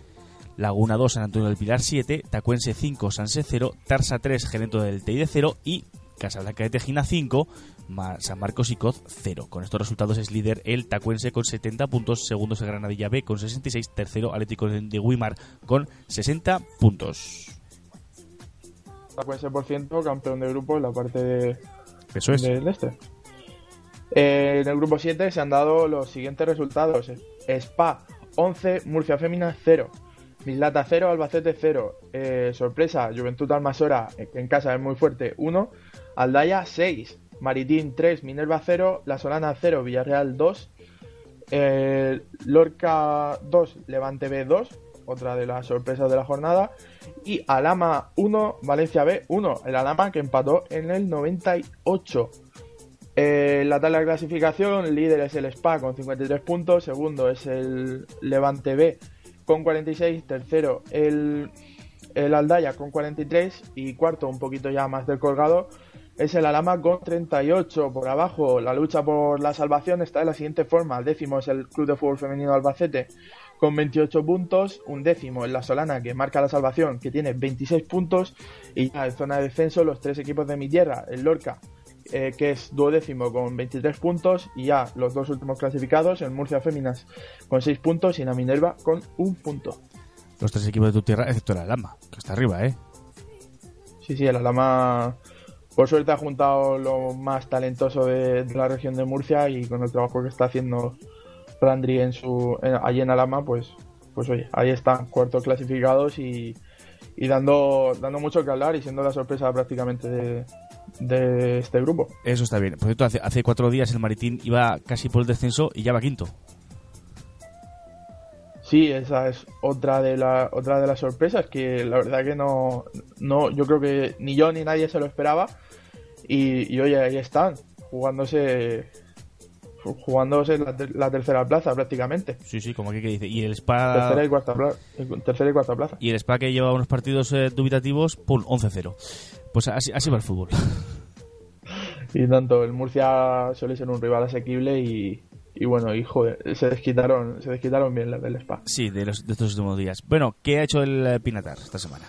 Laguna dos, San Antonio del Pilar siete, Tacuense cinco, Sanse cero, Tarsa tres, Gerento del Teide cero y Casablanca de Tejina cinco, San Marcos y Coz cero. Con estos resultados es líder el Tacuense con setenta puntos, segundo es el Granadilla B con sesenta y seis, tercero Atlético de Guimar con sesenta puntos. Tacuense, por ciento, campeón de grupo en la parte de, Eso es. del este. Eh, en el grupo siete se han dado los siguientes resultados: Spa once, Murcia Féminas cero, Mislata cero, Albacete cero, eh, sorpresa, Juventud Almasora, que en casa es muy fuerte, uno, Aldaya seis, Maritín tres, Minerva cero, La Solana cero, Villarreal dos, eh, Lorca dos, Levante B dos, otra de las sorpresas de la jornada, y Alhama uno, Valencia B uno, el Alhama que empató en el noventa y ocho. Eh, la tabla de clasificación, líder es el Spa con cincuenta y tres puntos, segundo es el Levante B con cuarenta y seis, tercero el, el Aldaya con cuarenta y tres y cuarto, un poquito ya más del colgado, es el Alhama con treinta y ocho. Por abajo, la lucha por la salvación está de la siguiente forma: el décimo es el Club de Fútbol Femenino Albacete con veintiocho puntos, un décimo en La Solana, que marca la salvación, que tiene veintiséis puntos, y ya en zona de descenso los tres equipos de mi tierra, el Lorca, eh, que es duodécimo con veintitrés puntos, y ya los dos últimos clasificados, el Murcia Féminas con seis puntos y la Minerva con un punto. Los tres equipos de tu tierra, excepto el Alhama, que está arriba, ¿eh? Sí, sí, el Alhama por suerte ha juntado lo más talentoso de, de la región de Murcia, y con el trabajo que está haciendo Randri en su, en, allí en Alhama, pues, pues oye, ahí están, cuartos clasificados y, y dando, dando mucho que hablar y siendo la sorpresa prácticamente de, de este grupo. Eso está bien. Por cierto, hace, hace cuatro días el Maritín iba casi por el descenso y ya va quinto. Sí, esa es otra de la, otra de las sorpresas, que la verdad que no, no, yo creo que ni yo ni nadie se lo esperaba, y, y oye, ahí están, jugándose jugándose la, ter- la tercera plaza prácticamente. Sí, sí, como que, que dice. Y el Spa... Tercera y cuarta plaza. Tercera y cuarta plaza. Y el Spa, que lleva unos partidos eh, dubitativos, pum, once cero. Pues así, así va el fútbol. Y tanto, el Murcia suele ser un rival asequible y... Y bueno, y joder, se desquitaron, se desquitaron bien las del Spa. Sí, de, los, de estos últimos días. Bueno, ¿qué ha hecho el Pinatar esta semana?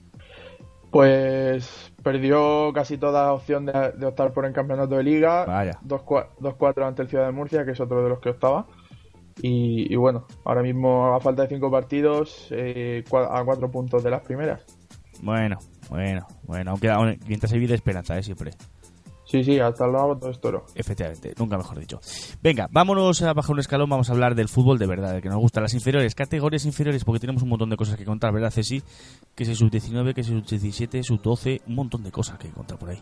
Pues perdió casi toda opción de, de optar por el campeonato de liga. Vaya. dos cuatro ante el Ciudad de Murcia, que es otro de los que optaba. Y, y bueno, ahora mismo a falta de cinco partidos, eh, a cuatro puntos de las primeras. Bueno, bueno, bueno. Aunque, aún, mientras hay vida, esperanza, ¿eh? Siempre. Sí, sí, hasta el lado todo es toro. Efectivamente, nunca mejor dicho. Venga, vámonos a bajar un escalón, vamos a hablar del fútbol de verdad, el que nos gusta, las inferiores, categorías inferiores, porque tenemos un montón de cosas que contar, ¿verdad, Ceci? Que si sub diecinueve, que si sub diecisiete, sub doce, un montón de cosas que contar por ahí.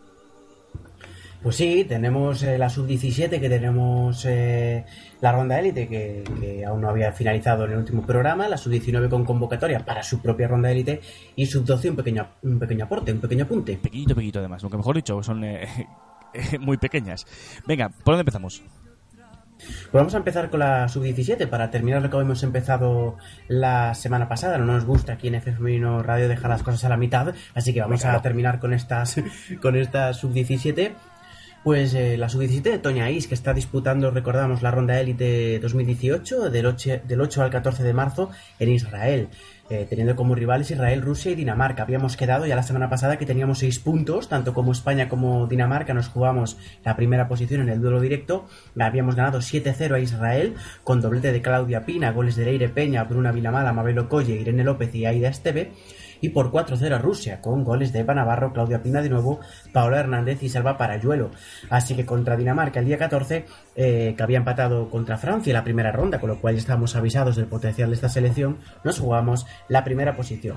Pues sí, tenemos eh, la sub diecisiete, que tenemos eh, la ronda élite, que, que aún no había finalizado en el último programa, la sub diecinueve con convocatoria para su propia ronda élite, y sub doce un pequeño, un pequeño aporte, un pequeño apunte. Pequeñito, pequeñito además, nunca mejor dicho, son eh, muy pequeñas. Venga, ¿por dónde empezamos? Pues vamos a empezar con la sub diecisiete para terminar lo que hemos empezado la semana pasada. No nos gusta aquí en F Femenino Radio dejar las cosas a la mitad, así que vamos a terminar con estas con esta sub diecisiete. Pues eh, la sub diecisiete de Toña Is, que está disputando, recordamos, la ronda élite dos mil dieciocho del ocho, del ocho al catorce de marzo en Israel, eh, teniendo como rivales Israel, Rusia y Dinamarca. Habíamos quedado ya la semana pasada que teníamos seis puntos, tanto como España como Dinamarca nos jugamos la primera posición en el duelo directo. Habíamos ganado siete cero a Israel, con doblete de Claudia Pina, goles de Leire Peña, Bruna Vilamala, Mabel Ocolle, Irene López y Aida Esteve. Y por cuatro cero a Rusia, con goles de Eva Navarro, Claudia Pina de nuevo, Paola Hernández y Salva Parayuelo. Así que contra Dinamarca el día catorce, eh, que había empatado contra Francia en la primera ronda, con lo cual ya estábamos avisados del potencial de esta selección, nos jugamos la primera posición.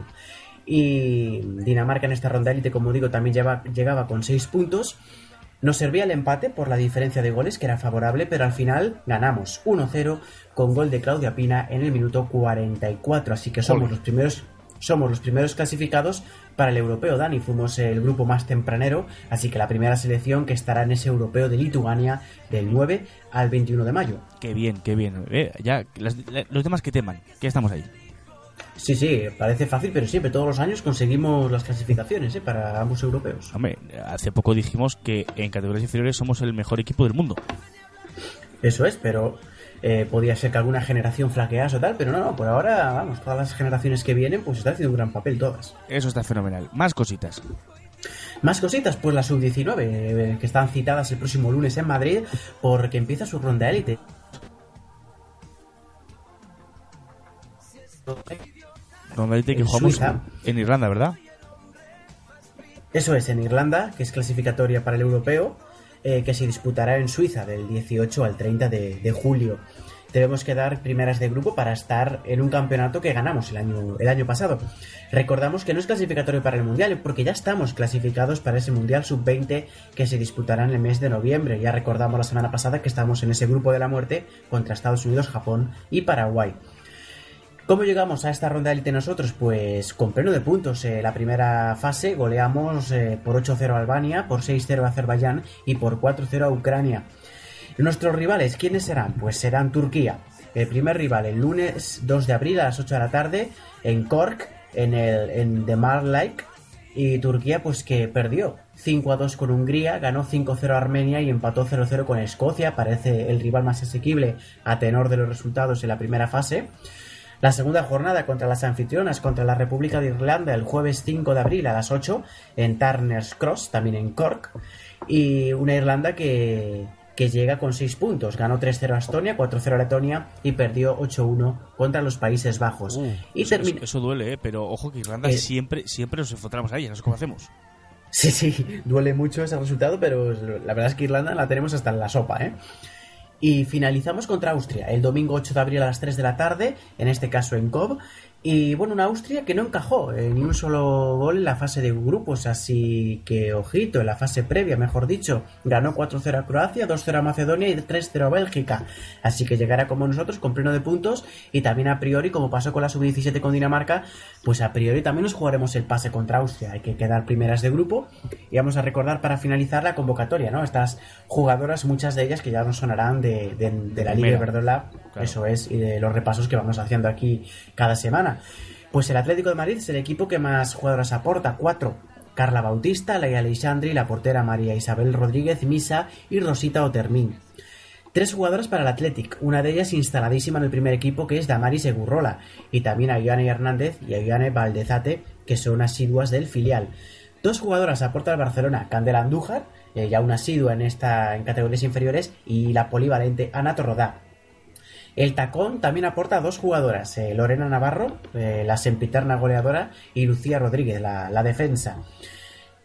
Y Dinamarca en esta ronda élite, como digo, también lleva, llegaba con seis puntos. Nos servía el empate por la diferencia de goles, que era favorable, pero al final ganamos uno cero con gol de Claudia Pina en el minuto cuarenta y cuatro. Así que somos los primeros... Somos los primeros clasificados para el europeo, Dani. Fuimos el grupo más tempranero, así que la primera selección que estará en ese europeo de Lituania del nueve al veintiuno de mayo. Qué bien, qué bien. Eh, ya, las, la, los demás que teman, que estamos ahí. Sí, sí, parece fácil, pero siempre, todos los años conseguimos las clasificaciones, ¿eh?, para ambos europeos. Hombre, hace poco dijimos que en categorías inferiores somos el mejor equipo del mundo. Eso es, pero... Eh, podía ser que alguna generación flaquease o tal, pero no, no, por ahora, vamos, todas las generaciones que vienen, pues están haciendo un gran papel todas. Eso está fenomenal. Más cositas. Más cositas, pues la sub diecinueve, eh, que están citadas el próximo lunes en Madrid, porque empieza su ronda élite. Ronda élite que En jugamos Suiza. En Irlanda, ¿verdad? Eso es, en Irlanda, que es clasificatoria para el europeo, eh, que se disputará en Suiza del dieciocho al treinta de, de julio. Debemos quedar primeras de grupo para estar en un campeonato que ganamos el año, el año pasado. Recordamos que no es clasificatorio para el Mundial, porque ya estamos clasificados para ese Mundial sub veinte que se disputará en el mes de noviembre. Ya recordamos la semana pasada que estamos en ese grupo de la muerte contra Estados Unidos, Japón y Paraguay. ¿Cómo llegamos a esta ronda élite nosotros? Pues con pleno de puntos. Eh, la primera fase goleamos eh, por ocho cero a Albania, por seis cero a Azerbaiyán y por cuatro cero a Ucrania. Nuestros rivales, ¿quiénes serán? Pues serán Turquía. El primer rival el lunes dos de abril a las ocho de la tarde en Cork, en el en Demirlake. Y Turquía pues que perdió cinco a dos con Hungría, ganó cinco cero a Armenia y empató cero cero con Escocia. Parece el rival más asequible a tenor de los resultados en la primera fase. La segunda jornada contra las anfitrionas, contra la República de Irlanda, el jueves cinco de abril a las ocho en Turner's Cross, también en Cork. Y una Irlanda que, que llega con seis puntos. Ganó tres cero a Estonia, cuatro cero a Letonia y perdió ocho uno contra los Países Bajos. Uh, y eso, termina... eso duele, ¿eh? Pero ojo que Irlanda eh... siempre, siempre nos encontramos ahí, no sé cómo hacemos. Sí, sí, duele mucho ese resultado, pero la verdad es que Irlanda la tenemos hasta en la sopa, ¿eh? Y finalizamos contra Austria, el domingo ocho de abril a las tres de la tarde, en este caso en Kov. Y bueno, una Austria que no encajó eh, ni un solo gol en la fase de grupos, así que ojito, en la fase previa, mejor dicho, ganó cuatro cero a Croacia, dos cero a Macedonia y tres cero a Bélgica. Así que llegará como nosotros con pleno de puntos y también a priori, como pasó con la sub diecisiete con Dinamarca, pues a priori también nos jugaremos el pase contra Austria. Hay que quedar primeras de grupo y vamos a recordar para finalizar la convocatoria, ¿no? Estas jugadoras, muchas de ellas que ya nos sonarán de, de, de la Liga Iberdrola, claro. Eso es, y de los repasos que vamos haciendo aquí cada semana. Pues el Atlético de Madrid es el equipo que más jugadoras aporta, cuatro. Carla Bautista, Laia Aleixandri, la portera María Isabel Rodríguez Misa y Rosita Otermín. Tres jugadoras para el Athletic, una de ellas instaladísima en el primer equipo, que es Damaris Egurrola, y también a Ioane Hernández y a Ioane Valdezate, que son asiduas del filial. Dos jugadoras aporta el Barcelona, Candela Andújar, eh, ya una asidua en esta en categorías inferiores, y la polivalente Ana Torrodá. El Tacón también aporta a dos jugadoras, eh, Lorena Navarro, eh, la sempiterna goleadora, y Lucía Rodríguez, la, la defensa.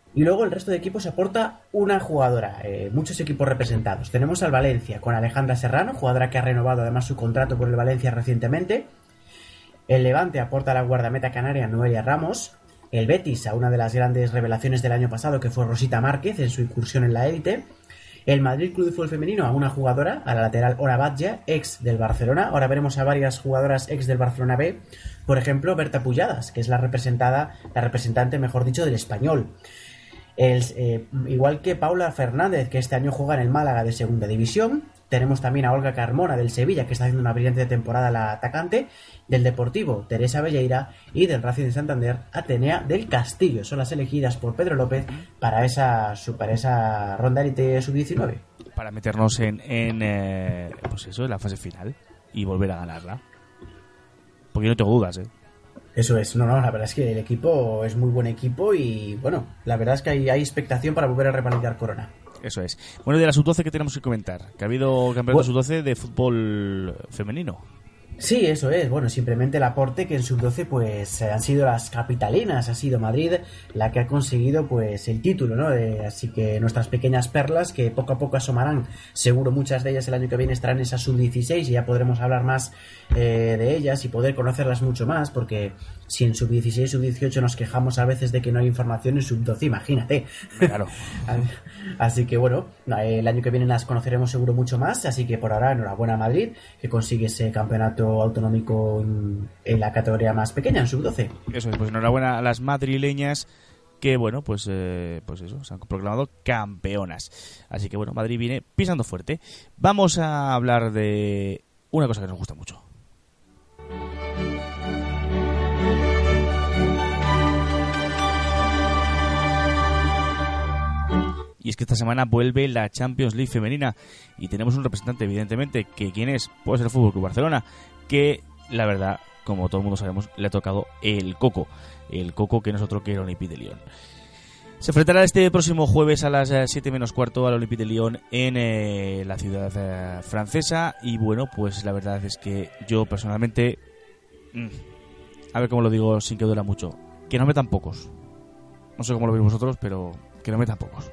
Y luego el resto de equipos aporta una jugadora, eh, muchos equipos representados. Tenemos al Valencia con Alejandra Serrano, jugadora que ha renovado además su contrato por el Valencia recientemente. El Levante aporta a la guardameta canaria Noelia Ramos. El Betis a una de las grandes revelaciones del año pasado, que fue Rosita Márquez en su incursión en la élite. El Madrid Club de Fútbol Femenino a una jugadora, a la lateral Ora Batlle, ex del Barcelona. Ahora veremos a varias jugadoras ex del Barcelona B. Por ejemplo, Berta Pujadas, que es la representada, la representante, mejor dicho, del Español. El, eh, igual que Paula Fernández, que este año juega en el Málaga de Segunda División. Tenemos también a Olga Carmona del Sevilla, que está haciendo una brillante temporada, la atacante. Del Deportivo, Teresa Belleira. Y del Racing de Santander, Atenea del Castillo. Son las elegidas por Pedro López para esa, para esa ronda élite sub diecinueve. Para meternos en, en eh, pues eso, en la fase final y volver a ganarla. Porque yo no tengo dudas, ¿eh? Eso es, no, no, la verdad es que el equipo es muy buen equipo y, bueno, la verdad es que hay, hay expectación para volver a revalidar Corona. Eso es. Bueno, de la sub doce, ¿qué tenemos que comentar? Que ha habido campeonato bueno, sub doce de fútbol femenino. Sí, eso es. Bueno, simplemente el aporte que en sub doce pues han sido las capitalinas, ha sido Madrid la que ha conseguido pues el título, ¿no? Eh, así que nuestras pequeñas perlas que poco a poco asomarán, seguro muchas de ellas el año que viene estarán en esa sub dieciséis y ya podremos hablar más eh, de ellas y poder conocerlas mucho más, porque si en sub dieciséis, sub dieciocho nos quejamos a veces de que no hay información, en sub doce imagínate. Claro. Así que bueno, el año que viene las conoceremos seguro mucho más, así que por ahora enhorabuena a Madrid, que consigue ese campeonato autonómico en, en la categoría más pequeña, en sub doce. Eso es, pues enhorabuena a las madrileñas que, bueno, pues eh, pues eso, se han proclamado campeonas. Así que bueno, Madrid viene pisando fuerte. Vamos a hablar de una cosa que nos gusta mucho. Y es que esta semana vuelve la Champions League femenina y tenemos un representante, evidentemente, que ¿quién es? Pues el F C Barcelona, que la verdad, como todo el mundo sabemos, le ha tocado el coco. El coco que no es otro que el Olympique de Lyon. Se enfrentará este próximo jueves a las siete menos cuarto al Olympique de Lyon en eh, la ciudad eh, francesa. Y bueno, pues la verdad es que yo personalmente, mmm, a ver cómo lo digo sin que duela mucho, que no metan pocos. No sé cómo lo veis vosotros, pero que no metan pocos.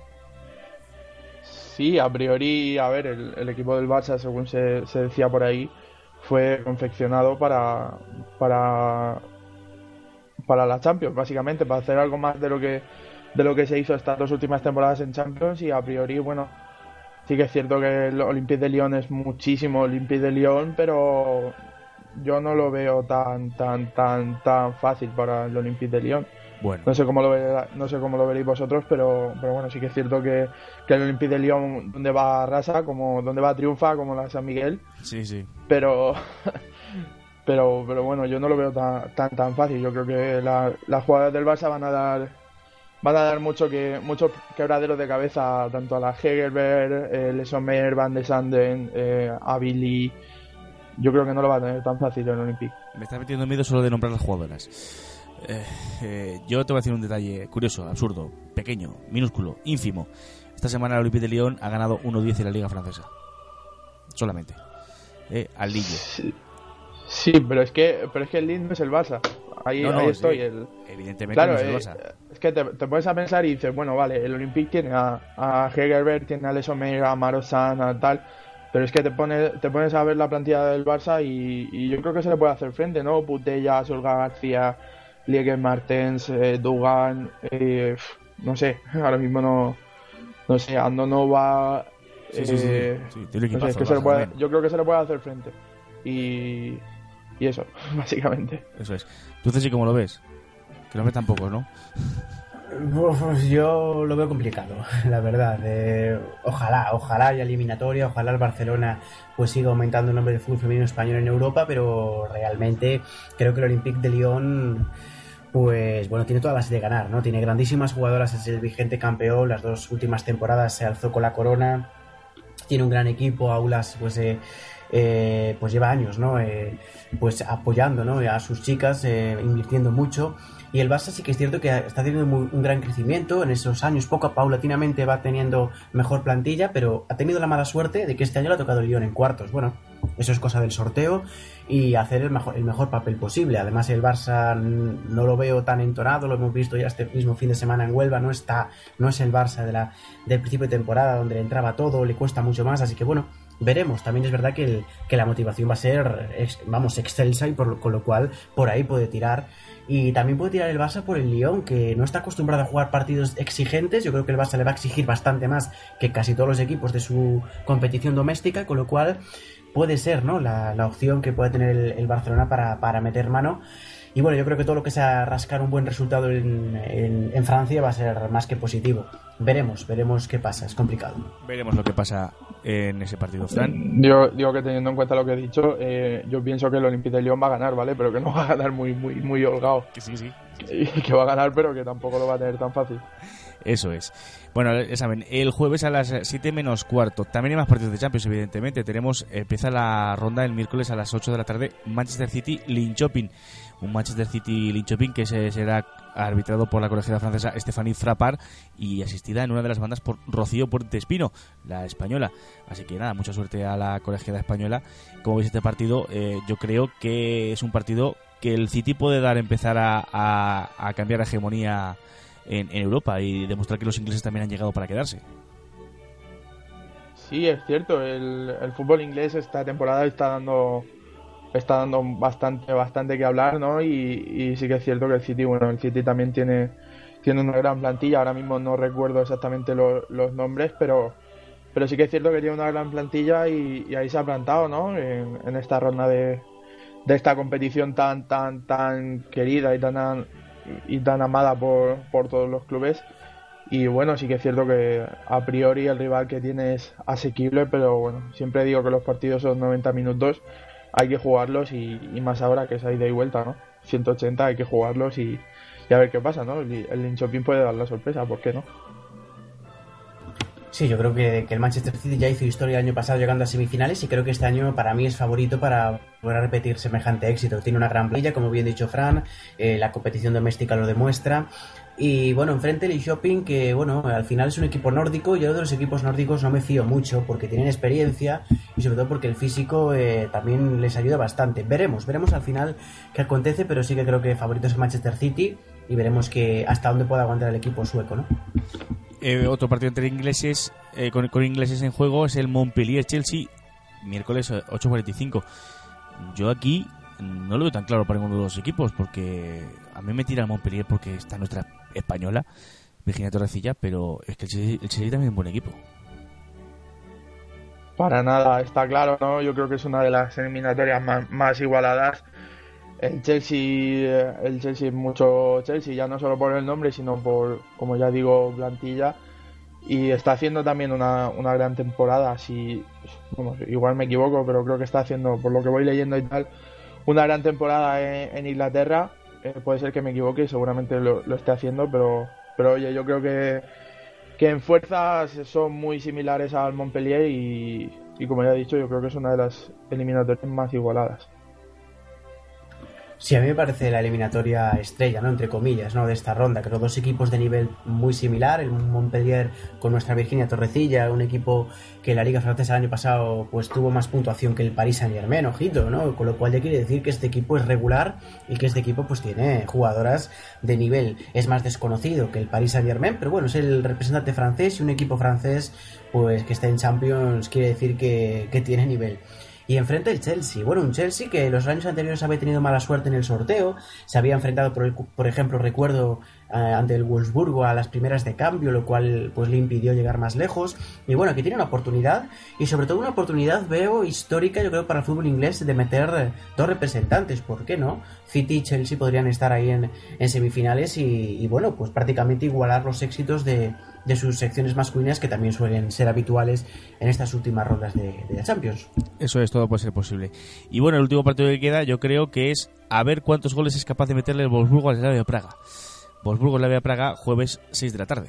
Sí, a priori, a ver, el, el equipo del Barça, según se, se decía por ahí, fue confeccionado para, para para la Champions, básicamente, para hacer algo más de lo que de lo que se hizo estas dos últimas temporadas en Champions. Y a priori, bueno, sí que es cierto que el Olympique de Lyon es muchísimo Olympique de Lyon, pero yo no lo veo tan tan tan tan fácil para el Olympique de Lyon. Bueno. No sé cómo lo ve, no sé cómo lo veréis vosotros, pero pero bueno, sí que es cierto que, que el Olympique de Lyon, donde va arrasa, como donde va triunfa, como la San Miguel. Sí, sí. Pero pero pero bueno, yo no lo veo tan tan tan fácil. Yo creo que la, las jugadoras del Barça van a dar van a dar mucho que muchos quebraderos de cabeza tanto a la Hegerberg, eh, Le Sommer, Van de Sanden, eh, a Billy. Yo creo que no lo va a tener tan fácil el Olympique. Me está metiendo miedo solo de nombrar las jugadoras. Eh, eh, yo te voy a decir un detalle curioso, absurdo, pequeño, minúsculo, ínfimo. Esta semana el Olympique de Lyon ha ganado uno diez en la Liga Francesa. Solamente. Eh, al Lille. Sí, sí, pero es que pero es que el Lille no es el Barça. Ahí, no, no, ahí estoy. Sí. El... Evidentemente claro, no es el eh, Barça. Es que te, te pones a pensar y dices, bueno, vale, el Olympique tiene a, a Hegerberg, tiene a Le Sommer, a Marosan, a tal... Pero es que te pones, te pones a ver la plantilla del Barça y, y yo creo que se le puede hacer frente, ¿no? Putellas, Olga García, Lieke Martens, eh, Dugan, eh, no sé, ahora mismo no, no sé, Andonova, sí, sí, sí, eh, sí, sí, sí, no sé, es que se le puede, yo creo que se le puede hacer frente y, y eso, básicamente. Eso es. ¿Tú, Ceci, cómo lo ves? Que no metan pocos, ¿no? Uf, yo lo veo complicado, la verdad. Eh, ojalá, ojalá haya eliminatoria, ojalá el Barcelona pues siga aumentando el nombre del fútbol femenino español en Europa, pero realmente creo que el Olympique de Lyon, pues bueno, tiene todas las de ganar, ¿no? Tiene grandísimas jugadoras, es el vigente campeón, las dos últimas temporadas se alzó con la corona, tiene un gran equipo, Aulas, pues eh, eh, pues lleva años, ¿no? Eh, pues apoyando, ¿no? A sus chicas, eh, invirtiendo mucho. Y el Barça sí que es cierto que está teniendo muy, un gran crecimiento en esos años, poco a paulatinamente va teniendo mejor plantilla, pero ha tenido la mala suerte de que este año le ha tocado el Lyon en cuartos. Bueno, eso es cosa del sorteo y hacer el mejor, el mejor papel posible. Además el Barça no lo veo tan entonado, lo hemos visto ya este mismo fin de semana en Huelva, no está, no es el Barça de la, del principio de temporada donde le entraba todo, le cuesta mucho más, así que bueno, veremos. También es verdad que, el, que la motivación va a ser, ex, vamos, excelsa y por lo, con lo cual por ahí puede tirar. Y también puede tirar el Barça por el Lyon, que no está acostumbrado a jugar partidos exigentes. Yo creo que el Barça le va a exigir bastante más que casi todos los equipos de su competición doméstica, con lo cual puede ser, ¿no?, la, la opción que puede tener el, el Barcelona para, para meter mano. Y bueno, yo creo que todo lo que sea rascar un buen resultado en, en, en Francia va a ser más que positivo. Veremos, veremos qué pasa, es complicado. Veremos lo que pasa en ese partido, Fran. Digo, digo que teniendo en cuenta lo que he dicho, eh, yo pienso que el Olympique de Lyon va a ganar, ¿vale? Pero que no va a ganar muy muy muy holgado. Que sí, sí. Que, que va a ganar, pero que tampoco lo va a tener tan fácil. Eso es. Bueno, ya saben, el jueves a las siete menos cuarto. También hay más partidos de Champions, evidentemente. Tenemos, empieza la ronda el miércoles a las ocho de la tarde, Manchester City-Linköping. Un Manchester City-Linköping que se, será arbitrado por la colegiada francesa Stéphanie Frappart y asistida en una de las bandas por Rocío Puente Espino, la española. Así que nada, mucha suerte a la colegiada española. Como veis, este partido, eh, yo creo que es un partido que el City puede dar, empezar a, a, a cambiar la hegemonía en, en Europa y demostrar que los ingleses también han llegado para quedarse. Sí, es cierto, el, el fútbol inglés esta temporada está dando está dando bastante bastante que hablar, ¿no? Y, y sí que es cierto que el City, bueno, el City también tiene tiene una gran plantilla. Ahora mismo no recuerdo exactamente lo, los nombres, pero pero sí que es cierto que tiene una gran plantilla y, y ahí se ha plantado, ¿no? En, en esta ronda de, de esta competición tan tan tan querida y tan y tan amada por, por todos los clubes. Y bueno, sí que es cierto que a priori el rival que tiene es asequible, pero bueno, siempre digo que los partidos son noventa minutos, hay que jugarlos y, y más ahora que es ahí de vuelta, ¿no? ciento ochenta hay que jugarlos y, y a ver qué pasa, ¿no? El, el Linköping puede dar la sorpresa, ¿por qué no? Sí, yo creo que, que el Manchester City ya hizo historia el año pasado llegando a semifinales y creo que este año para mí es favorito para poder repetir semejante éxito. Tiene una gran plantilla, como bien dicho Fran, eh, la competición doméstica lo demuestra. Y bueno, enfrente el Linköping, que bueno, al final es un equipo nórdico. Yo de los equipos nórdicos no me fío mucho porque tienen experiencia y sobre todo porque el físico eh, también les ayuda bastante. Veremos, veremos al final qué acontece, pero sí que creo que favorito es el Manchester City y veremos que hasta dónde puede aguantar el equipo sueco, ¿no? Eh, otro partido entre ingleses, eh, con, con ingleses en juego, es el Montpellier-Chelsea, miércoles ocho cuarenta y cinco. Yo aquí no lo veo tan claro para ninguno de los equipos, porque a mí me tira el Montpellier porque está nuestra española, Virginia Torrecilla, pero es que el Chelsea, el Chelsea también es un buen equipo. Para nada, está claro, ¿no? Yo creo que es una de las eliminatorias más, más igualadas. El Chelsea, el Chelsea es mucho Chelsea, ya no solo por el nombre, sino por, como ya digo, plantilla. Y está haciendo también una, una gran temporada. Así, bueno, igual me equivoco, pero creo que está haciendo, por lo que voy leyendo y tal, una gran temporada en, en Inglaterra. Eh, puede ser que me equivoque y seguramente lo, lo esté haciendo, pero, pero oye, yo creo que, que en fuerzas son muy similares al Montpellier y, y como ya he dicho, yo creo que es una de las eliminatorias más igualadas. Sí, a mí me parece la eliminatoria estrella, ¿no? Entre comillas, ¿no? De esta ronda, que los dos equipos de nivel muy similar, el Montpellier con nuestra Virginia Torrecilla, un equipo que en la Liga Francesa el año pasado pues tuvo más puntuación que el Paris Saint-Germain, ojito, ¿no? Con lo cual ya quiere decir que este equipo es regular y que este equipo pues tiene jugadoras de nivel. Es más desconocido que el Paris Saint-Germain, pero bueno, es el representante francés y un equipo francés pues que está en Champions quiere decir que, que tiene nivel. Y enfrente el Chelsea, bueno, un Chelsea que los años anteriores había tenido mala suerte en el sorteo, se había enfrentado, por, el, por ejemplo, recuerdo, eh, ante el Wolfsburgo a las primeras de cambio, lo cual pues le impidió llegar más lejos. Y bueno, aquí tiene una oportunidad, y sobre todo una oportunidad, veo, histórica, yo creo, para el fútbol inglés, de meter eh, dos representantes, ¿por qué no? City y Chelsea podrían estar ahí en, en semifinales y, y, bueno, pues prácticamente igualar los éxitos de, de sus secciones masculinas que también suelen ser habituales en estas últimas rondas de, de la Champions. Eso es, todo puede ser posible. Y bueno, el último partido que queda yo creo que es a ver cuántos goles es capaz de meterle el Wolfsburgo al Slavia Praga. Wolfsburgo Slavia Praga, jueves seis de la tarde.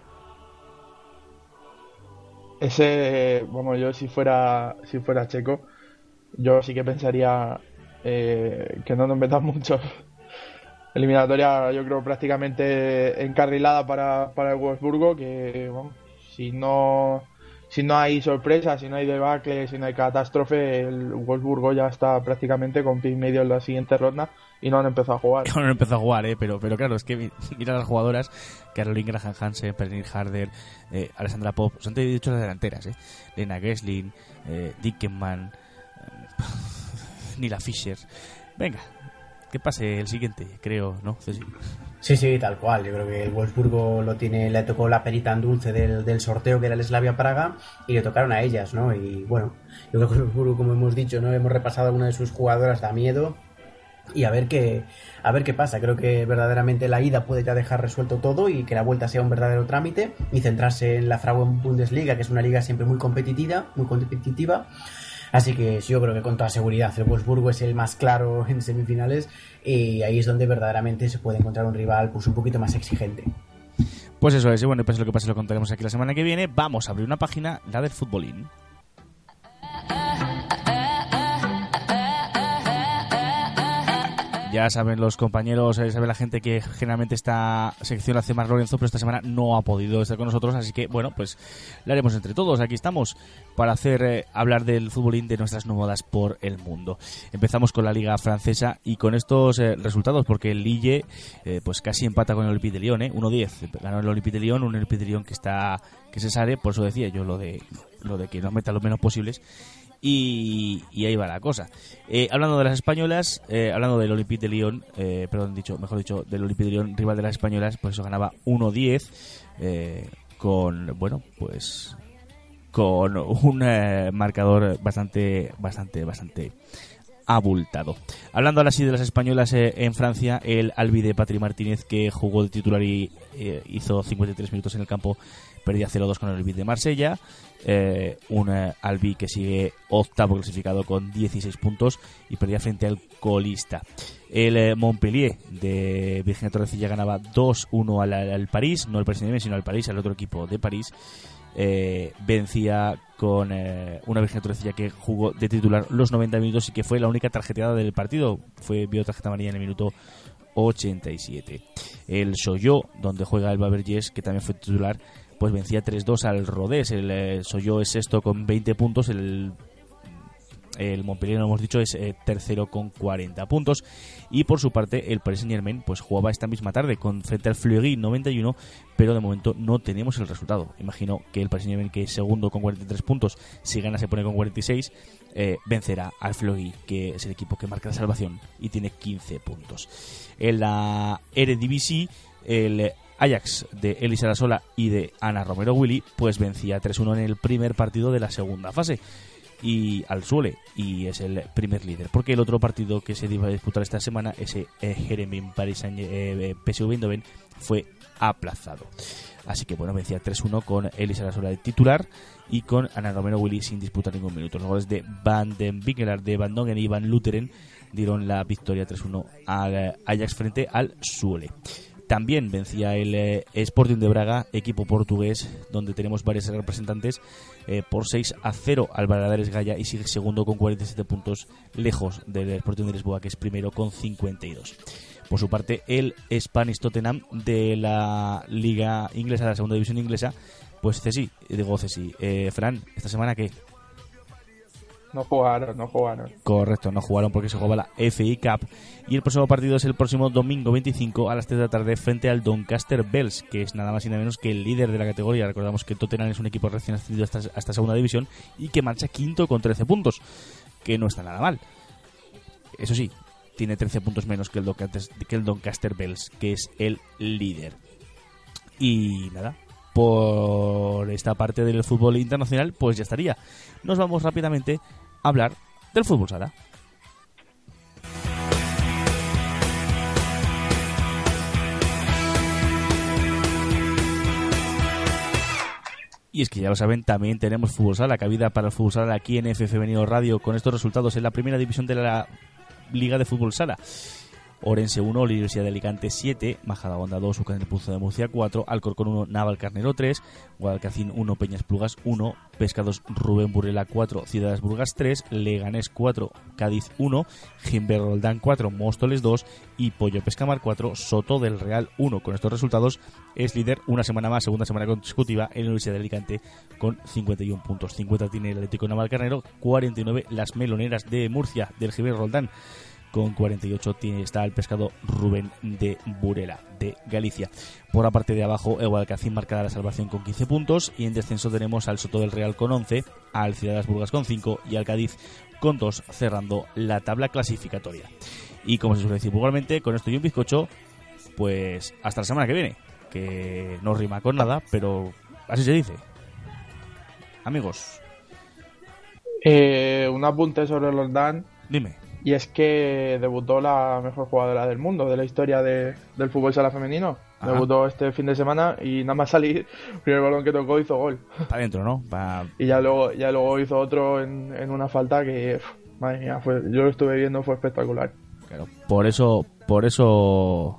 Ese, bueno, yo si fuera si fuera checo, yo sí que pensaría eh, que no nos metan mucho. Eliminatoria, yo creo, prácticamente encarrilada para, para el Wolfsburgo, que bueno, si no si no hay sorpresa, si no hay debacle, si no hay catástrofe, el Wolfsburgo ya está prácticamente con pie y medio en la siguiente ronda y no han empezado a jugar. No han empezado a jugar, eh, pero, pero claro, es que mira las jugadoras, Caroline Graham Hansen, Pernille Harder, eh, Alessandra Pop, son de hecho las delanteras, eh, Lena Gessling, eh, Dickenman, eh, Nila Fischer. Venga, que pase el siguiente, creo, ¿no, Ceci? Sí, sí, tal cual. Yo creo que el Wolfsburgo lo tiene, le tocó la perita en dulce del, del sorteo, que era el Slavia Praga, y le tocaron a ellas, ¿no? Y bueno, yo creo que el Wolfsburgo, como hemos dicho, ¿no? Hemos repasado alguna de sus jugadoras, da miedo. Y a ver qué a ver qué pasa. Creo que verdaderamente la ida puede ya dejar resuelto todo y que la vuelta sea un verdadero trámite y centrarse en la Frauen Bundesliga, que es una liga siempre muy competitiva, muy competitiva. Así que sí, yo creo que con toda seguridad el Wolfsburgo es el más claro en semifinales y ahí es donde verdaderamente se puede encontrar un rival pues un poquito más exigente. Pues eso es, y bueno, pues lo que pasa lo contaremos aquí la semana que viene. Vamos a abrir una página, la del Futbolín. Ya saben los compañeros, eh, sabe la gente que generalmente esta sección la hace Mar Lorenzo, pero esta semana no ha podido estar con nosotros, así que bueno, pues la haremos entre todos. Aquí estamos para hacer eh, hablar del futbolín, de nuestras nómadas por el mundo. Empezamos con la Liga Francesa y con estos eh, resultados, porque el Lille eh, pues casi empata con el Olympique de Lyon, eh, uno diez. Ganó el Olympique de Lyon, un Olympique de Lyon que está que se sale, por eso decía yo lo de lo de que nos meta lo menos posibles. Y, y ahí va la cosa. Eh, hablando de las españolas, eh, hablando del Olympique de Lyon, eh, perdón, dicho, mejor dicho, del Olympique de Lyon, rival de las españolas, pues eso ganaba uno diez eh, con, bueno, pues con un eh, marcador bastante, bastante, bastante abultado. Hablando ahora sí de las españolas eh, en Francia, el Albi de Patri Martínez, que jugó de titular y eh, hizo cincuenta y tres minutos en el campo, perdía cero dos con el Olympique de Marsella. Eh, un eh, Albi que sigue octavo clasificado con dieciséis puntos y perdía frente al colista. El eh, Montpellier de Virginia Torrecilla ganaba dos uno al, al París, no al Paris Saint-Germain sino al París, al otro equipo de París. Eh, vencía con eh, una Virginia Torrecilla que jugó de titular los noventa minutos y que fue la única tarjeteada del partido. Fue vio tarjeta amarilla en el minuto ochenta y siete. El Soyo, donde juega el Bavergés, que también fue titular, pues vencía tres dos al Rodez. El eh, Soyo es sexto con veinte puntos, el el Montpellier, lo hemos dicho, es eh, tercero con cuarenta puntos. Y por su parte el Paris Saint-Germain pues jugaba esta misma tarde con frente al Fleury noventa y uno, pero de momento no tenemos el resultado. Imagino que el Paris Saint-Germain, que es segundo con cuarenta y tres puntos, si gana se pone con cuarenta y seis, eh, vencerá al Fleury, que es el equipo que marca la salvación y tiene quince puntos. En la Eredivisie, el Ajax de Elisa Arasola y de Ana Romero Willy pues vencía tres uno en el primer partido de la segunda fase y al Suele, y es el primer líder, porque el otro partido que se iba a disputar esta semana, ese eh, Jeremín Paris eh, P S V Eindhoven, fue aplazado. Así que bueno, vencía tres uno con Elisa Arasola de titular y con Ana Romero Willy sin disputar ningún minuto. Los goles de Van den Winkelaar, de Van Dongen y Van Luteren dieron la victoria tres uno al Ajax frente al Suele. También vencía el eh, Sporting de Braga, equipo portugués, donde tenemos varios representantes, eh, por seis a cero al Valadares Gaia, y sigue segundo con cuarenta y siete puntos, lejos del Sporting de Lisboa, que es primero con cincuenta y dos. Por su parte, el Spanish Tottenham de la Liga Inglesa, la segunda división inglesa, pues Ceci, digo Ceci, eh, Fran, ¿esta semana qué? No jugaron, no jugaron. Correcto, no jugaron porque se jugaba la F A Cup. Y el próximo partido es el próximo domingo veinticinco a las tres de la tarde frente al Doncaster Bells, que es nada más y nada menos que el líder de la categoría. Recordamos que el Tottenham es un equipo recién ascendido hasta, hasta segunda división y que marcha quinto con trece puntos, que no está nada mal. Eso sí, tiene trece puntos menos que el Doncaster, que el Doncaster Bells, que es el líder. Y nada, por esta parte del fútbol internacional pues ya estaría. Nos vamos rápidamente a hablar del fútbol sala. Y es que ya lo saben, también tenemos fútbol sala, cabida para el fútbol sala aquí en F Femenino Radio, con estos resultados en la primera división de la Liga de Fútbol Sala. Orense uno, Universidad de Alicante siete, Majadahonda dos, Ucán del Pozo de Murcia cuatro, Alcorcón uno, Navalcarnero tres, Guadalcacín uno, Peñas Plugas uno, Pescados Rubén Burela cuatro, Ciudades Burgas tres, Leganés cuatro, Cádiz uno, Jimber Roldán cuatro, Móstoles dos y Pollo Pescamar cuatro, Soto del Real uno. Con estos resultados es líder una semana más, segunda semana consecutiva en la Universidad de Alicante con cincuenta y uno puntos. cincuenta tiene el Atlético Navalcarnero, cuarenta y nueve las Meloneras de Murcia del Jimber Roldán. Con cuarenta y ocho tiene, está el Pescado Rubén de Burela, de Galicia. Por la parte de abajo, el Guadalcacín marca la salvación con quince puntos. Y en descenso tenemos al Soto del Real con once, al Ciudades Burgas con cinco y al Cádiz con dos, cerrando la tabla clasificatoria. Y como se suele decir vulgarmente, con esto y un bizcocho, pues hasta la semana que viene. Que no rima con nada, pero así se dice. Amigos. Eh, un apunte sobre los Dan. Dime. Y es que debutó la mejor jugadora del mundo, de la historia de, del fútbol sala femenino. Ajá. Debutó este fin de semana y nada más salir, el primer balón que tocó hizo gol. Para adentro, ¿no? Pa... Y ya luego, ya luego hizo otro en, en una falta que, pff, madre mía, fue, yo lo estuve viendo, fue espectacular. Claro, por eso, por eso,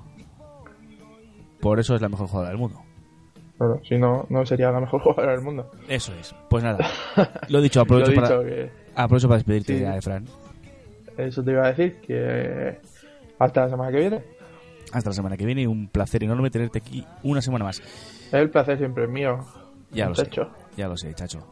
por eso es la mejor jugadora del mundo. Claro, si no, no sería la mejor jugadora del mundo. Eso es. Pues nada, lo dicho, aprovecho, lo dicho para, que... aprovecho para despedirte sí. ya, Efran. Eso te iba a decir, que hasta la semana que viene. Hasta la semana que viene, un placer enorme tenerte aquí una semana más. El placer siempre es mío. Ya lo sé, ya lo sé, chacho.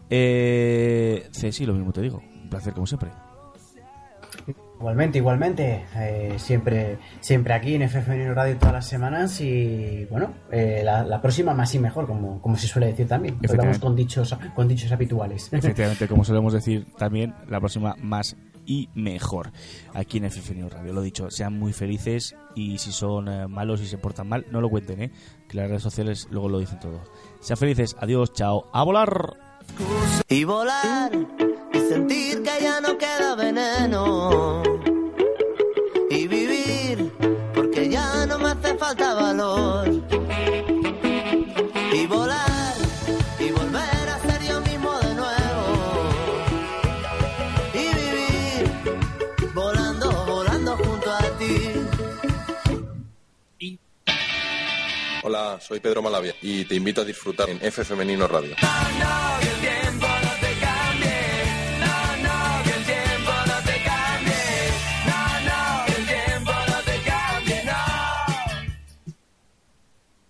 Eh, sí, lo mismo te digo, un placer como siempre. Igualmente, igualmente, eh, siempre siempre aquí en F F Femenino Radio todas las semanas y bueno, eh, la, la próxima más y mejor, como, como se suele decir también. Hablamos con dichos, con dichos habituales. Efectivamente, como solemos decir también, la próxima más y mejor aquí en F F Femenino Radio. Lo dicho, sean muy felices y si son eh, malos y se portan mal, no lo cuenten, ¿eh? Que las redes sociales luego lo dicen todo. Sean felices, adiós, chao, a volar. Y volar y sentir que ya no queda veneno y vivir porque ya no me hace falta valor y volar y volver a ser yo mismo de nuevo y vivir volando, volando junto a ti. Hola, soy Pedro Malavia y te invito a disfrutar en F Femenino Radio.